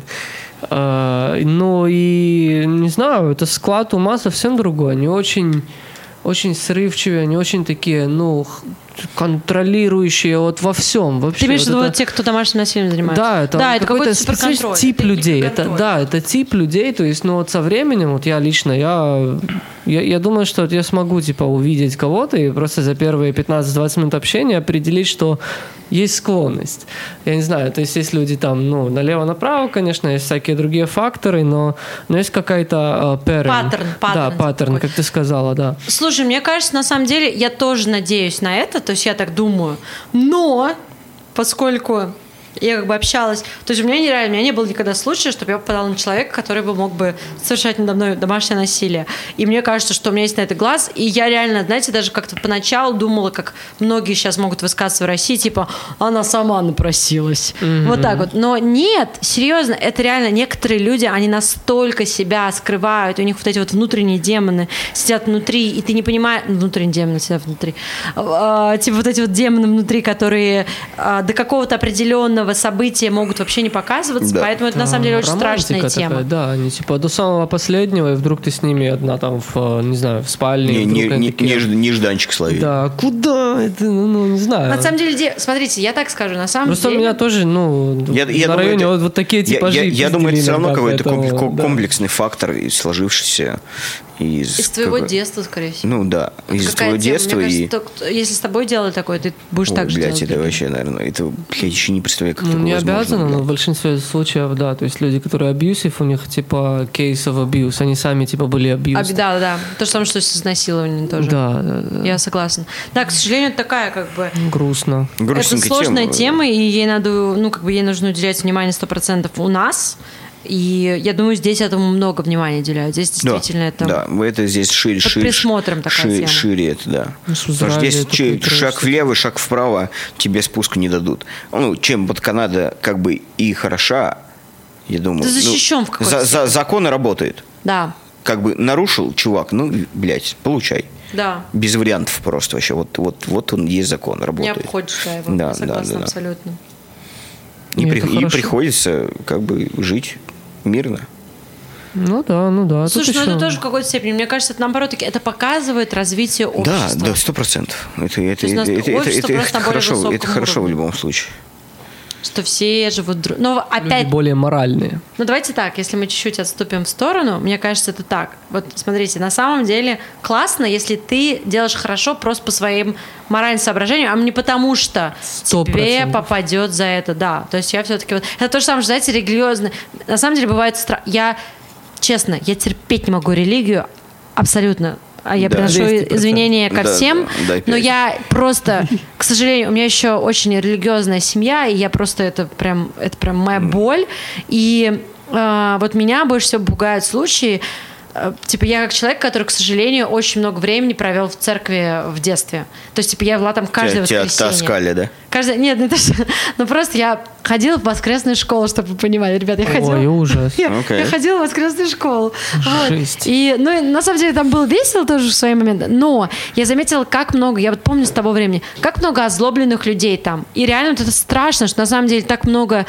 Э, Ну и, не знаю, это склад ума совсем другой. Они очень, очень срывчивые, они очень такие, ну, х- контролирующие вот во всем вообще. Ты имеешь в Вот виду это- вот те, кто домашним насилием занимается? Да, это, да, это какой-то специальный суперконтроль. тип это людей. Это, гиперконтроль. да, это тип людей. То есть, ну вот со временем, вот я лично, я, я, я думаю, что вот я смогу типа увидеть кого-то и просто за первые пятнадцать-двадцать минут общения определить, что есть склонность. Я не знаю, то есть есть люди там, ну, налево-направо, конечно, есть всякие другие факторы, но, но есть какая-то э, pattern. Паттерн, паттерн. Да, паттерн, как ты сказала, да. Слушай, мне кажется, на самом деле, я тоже надеюсь на это, то есть я так думаю, но поскольку я как бы общалась, то есть у меня нереально, у меня не было никогда случая, чтобы я попадала на человека, который бы мог бы совершать надо мной домашнее насилие. И мне кажется, что у меня есть на это глаз, и я реально, знаете, даже как-то поначалу думала, как многие сейчас могут высказываться в России, типа, она сама напросилась. Mm-hmm. Вот так вот. Но нет, серьезно, это реально некоторые люди, они настолько себя скрывают, у них вот эти вот внутренние демоны сидят внутри, и ты не понимаешь, внутренние демоны сидят внутри, а, типа вот эти вот демоны внутри, которые а, до какого-то определенного события могут вообще не показываться, да. Поэтому это да, на самом деле очень страшная такая, тема. Да, они типа до самого последнего, и вдруг ты с ними одна там в, не знаю, в спальне. Не, не, не, такие... не, нежданчик словить. Да, куда? Это, ну, ну, не знаю. На самом деле, смотрите, я так скажу, на самом Просто деле... у меня тоже, ну, я, на я районе думаю, вот, вот такие типажи. Я, я, я думаю, это все равно какой-то поэтому, комплексный да. фактор, сложившийся из... Из твоего как бы, детства, скорее всего. Ну да, из Какая твоего тема? детства. Мне И... кажется, то, если с тобой делали такое, ты будешь О, так же блядь, делать. это вообще, наверное, это, блядь, еще не представляю, как ну, такое не возможно. обязано, блядь. но в большинстве случаев, да. То есть люди, которые abusive, у них типа case of abuse, они сами типа были abused. А, да, да. То же самое, что с изнасилованием тоже. Да, да, да. Я согласна. Да, к сожалению, это такая как бы... Грустно. Это сложная тема, тема, и ей надо, ну, как бы ей нужно уделять внимание сто процентов у нас. И я думаю, здесь этому много внимания уделяют. Здесь действительно да, это... Да, это здесь шире, под шире, присмотром такая шире, тема. шире это, да. Ну, потому что здесь че, шаг влево, шаг вправо тебе спуску не дадут. Ну, чем вот Канада как бы и хороша, я думаю... Ты защищен ну, в какой-то за, за, законы работают. Да. Как бы нарушил чувак, ну, блядь, получай. Да. Без вариантов просто вообще. Вот, вот, вот он есть закон, работает. Не обходишь, да, его. Да, Я согласна, да, да, абсолютно. И, И, при, и хорошо. приходится как бы жить мирно. Ну да, ну да. Слушай, ну еще... это тоже в какой-то степени. Мне кажется, это наоборот, это показывает развитие общества. Да, да, сто процентов. Это, это, это, нас это, это, общество это, просто это на более хорошо, высоком это хорошо в уровне. любом случае. Что все живут друг... Но опять... Люди более моральные. Ну, давайте так, если мы чуть-чуть отступим в сторону, мне кажется, это так. Вот, смотрите, на самом деле классно, если ты делаешь хорошо просто по своим моральным соображениям, а не потому что сто тебе процентов. попадет за это, да. То есть я все-таки... Вот... Это то же самое, знаете, религиозно. На самом деле бывает... Стра... Я, честно, я терпеть не могу религию абсолютно. А я Да. приношу двести процентов. извинения ко Да, всем, да, дай но пять. я просто, к сожалению, у меня еще очень религиозная семья, и я просто это прям, это прям моя боль. И э, вот меня больше всего пугают случаи, э, типа я как человек, который, к сожалению, очень много времени провел в церкви в детстве. То есть, типа, я была там каждое Тебя, тебя воскресенье. таскали, да? Каждое... Нет, не то, что... Ну, просто я ходила в воскресную школу, чтобы вы понимали, ребята. Я ходила... Ой, ужас. Я, Okay. я ходила в воскресную школу. Вот. Жесть. И, ну, и на самом деле там было весело тоже в свои моменты, но я заметила, как много, я вот помню с того времени, как много озлобленных людей там. И реально вот это страшно, что на самом деле так много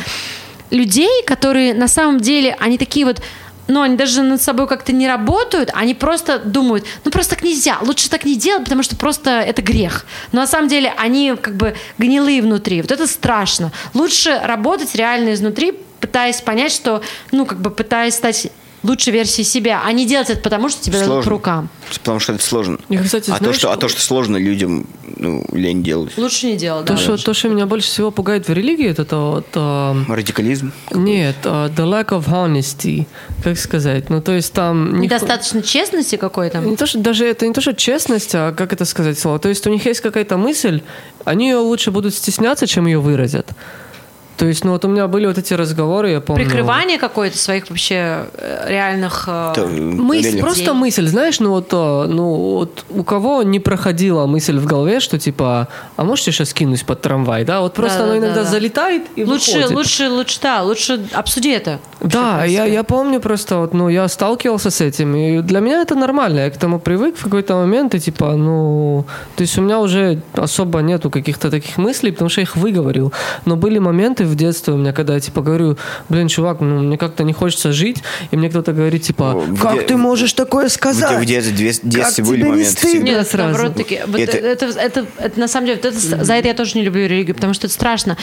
людей, которые на самом деле, они такие вот, ну, они даже над собой как-то не работают, они просто думают, ну, просто так нельзя, лучше так не делать, потому что просто это грех. Но на самом деле они как бы гнилые внутри, вот это страшно. Лучше работать реально изнутри, пытаясь понять, что, ну, как бы пытаясь стать лучшей версией себя, а не делать это потому, что тебе дадут по рукам. Потому что это сложно. Я, кстати, а, знаешь, то, что, а то, что сложно людям, ну, лень делать. Лучше не делать, То, да. что, то, что меня больше всего пугает в религии, это то, вот, а, Радикализм? нет, а, the lack of honesty, как сказать, ну то есть там никто- Недостаточно честности какой-то. не то, что даже это не то, что честность, а как это сказать слово, то есть у них есть какая-то мысль, они ее лучше будут стесняться, чем ее выразят. То есть, ну вот у меня были вот эти разговоры, я помню. Прикрывание какое-то своих вообще э, реальных... э, То, Мысль, реально. просто Идей. мысль, знаешь, ну вот, а, ну вот у кого не проходила мысль в голове, что типа, а можете сейчас кинуть под трамвай, да? Вот просто Да, оно да, иногда да, да. залетает и Лучше, выходит. лучше, лучше, да, лучше обсуди это. Да, Вообще, я, в я помню просто, вот, ну, я сталкивался с этим, и для меня это нормально, я к этому привык в какой-то момент, и типа, ну, то есть у меня уже особо нету каких-то таких мыслей, потому что я их выговорил, но были моменты в детстве у меня, когда я, типа, говорю, блин, чувак, ну, мне как-то не хочется жить, и мне кто-то говорит, типа, В как де- ты можешь такое сказать? В детстве, в детстве были тебе не моменты. стыдно? всегда. Нет, сразу. наоборот, таки. Вот это... Это- Это, это, это, на самом деле, вот это, за это я тоже не люблю религию, потому что это страшно.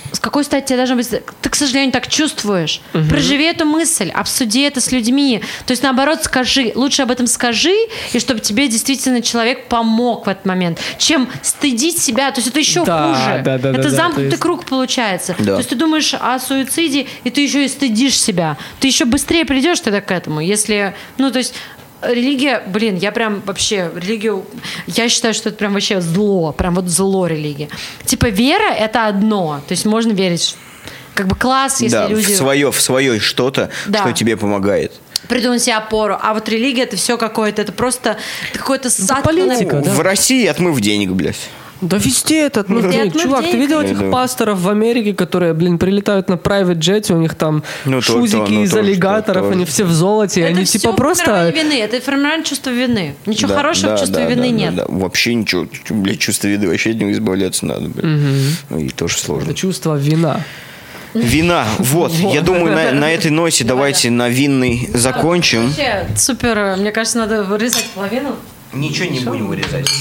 с какой стати тебе должно быть... Ты, к сожалению, так чувствуешь. Угу. Проживи эту мысль, обсуди это с людьми. То есть, наоборот, скажи. Лучше об этом скажи, и чтобы тебе действительно человек помог в этот момент, чем стыдить себя. То есть это еще да, хуже. Да, да, это да, замкнутый есть... круг получается. Да. То есть ты думаешь о суициде, и ты еще и стыдишь себя. Ты еще быстрее придешь тогда к этому. Если... Ну, то есть... Религия, блин, я прям вообще религию, я считаю, что это прям вообще зло, прям вот зло религия. Типа вера это одно, то есть можно верить, как бы класс, если да, люди... в свое, в свое что-то, да. что тебе помогает. Придумать себе опору. А вот религия это все какое-то, это просто какой-то сад. Политика, да. В России отмыв денег, блядь. Да везде этот, ну, Везде блин, отмыв чувак, денег. ты видел этих Да. пасторов в Америке, которые, блин, прилетают на private jet, у них там Ну, то- шузики то- ну, из тоже, аллигаторов, тоже. они все в золоте, Это они всё типа просто... формирование вины, это формирование чувства вины. Ничего Да, хорошего да, в чувстве да, вины да, нет. Да, да. Вообще ничего, блядь, чувство вины, вообще от него избавляться надо, блядь. Ну, и тоже сложно. Это чувство вина. Вина, вот, я думаю, на, на этой ноте давайте на винный закончим. Вообще супер, мне кажется, надо вырезать половину. Ничего не будем вырезать.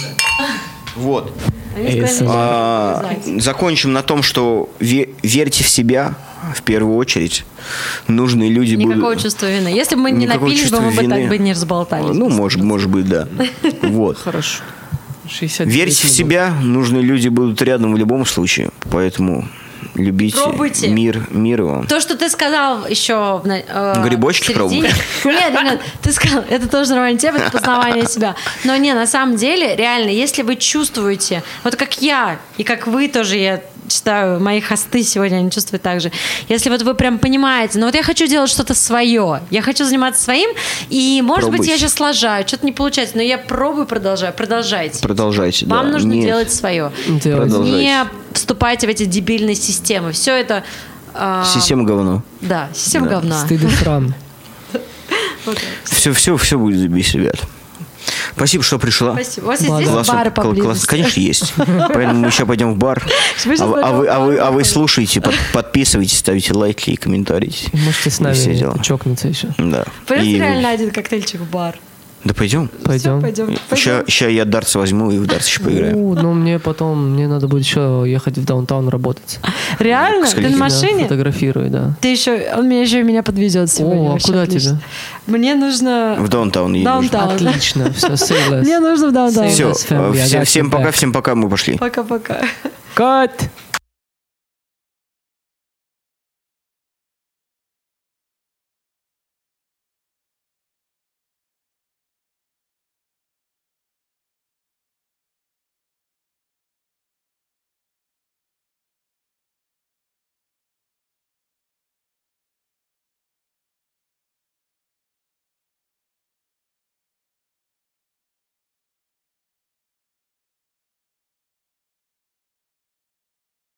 Вот. Они сказали, Эйсом. ничего не А, вырезать. закончим на том, что ве- верьте в себя в первую очередь. Нужные люди Никакого будут... чувства вины. Если бы мы не Никакого напились бы, чувства мы бы вины. так бы не разболтались. Ну, может, может быть, да. Вот. Хорошо. шестьдесят девять Верьте в минут. себя, нужные люди будут рядом в любом случае. Поэтому любите Пробуйте. мир, мир вам. То, что ты сказал еще в на- э, Грибочки в середине. Нет, нет, ты сказал, это тоже нормальная тема, это познавание себя. Но не, на самом деле, реально, если вы чувствуете, вот как я, и как вы тоже, я считаю, мои хосты сегодня, они чувствуют так же. Если вот вы прям понимаете, ну вот я хочу делать что-то свое, я хочу заниматься своим, и, может быть, Пробуйте. я сейчас лажаю, что-то не получается, но я пробую, продолжаю, продолжайте. Продолжайте. Вам да. нужно Не- делать свое. Делать. Продолжайте. Не вступайте в эти дебильные системы. Все это... а, Система говно. Да, система Да. говна. Стыд и срам. Все, все, все будет забить, ребят. Спасибо, что пришла. Спасибо. У вас есть Ладно. здесь Классно, бары кл- классно. поблизости? Конечно, есть. Поэтому мы еще пойдем в бар. Мы сейчас А, вы- а пойдем вы, в а, бар. вы, а вы слушайте, под- подписывайтесь, ставите лайки и комментарии. Можете с И все нами дела. чокнуться еще. Да. Пойдем И- реально один коктейльчик в бар. Да пойдем. Пойдем. Всё, пойдем. Сейчас, сейчас я дартс возьму и в дартс еще поиграем. У, ну мне потом, мне надо будет еще ехать в даунтаун работать. Реально? Ты Скольки? на Да, машине? Фотографирую, да. Ты еще, он меня еще и меня подвезет сегодня. О, а вообще куда отлично. Мне нужно... В даунтаун ей нужно. Даунтаун. Отлично, все, say less. Мне нужно в даунтаун. Все, Family, I всем, got всем your пока, back. всем пока, мы пошли. Пока-пока. Cut!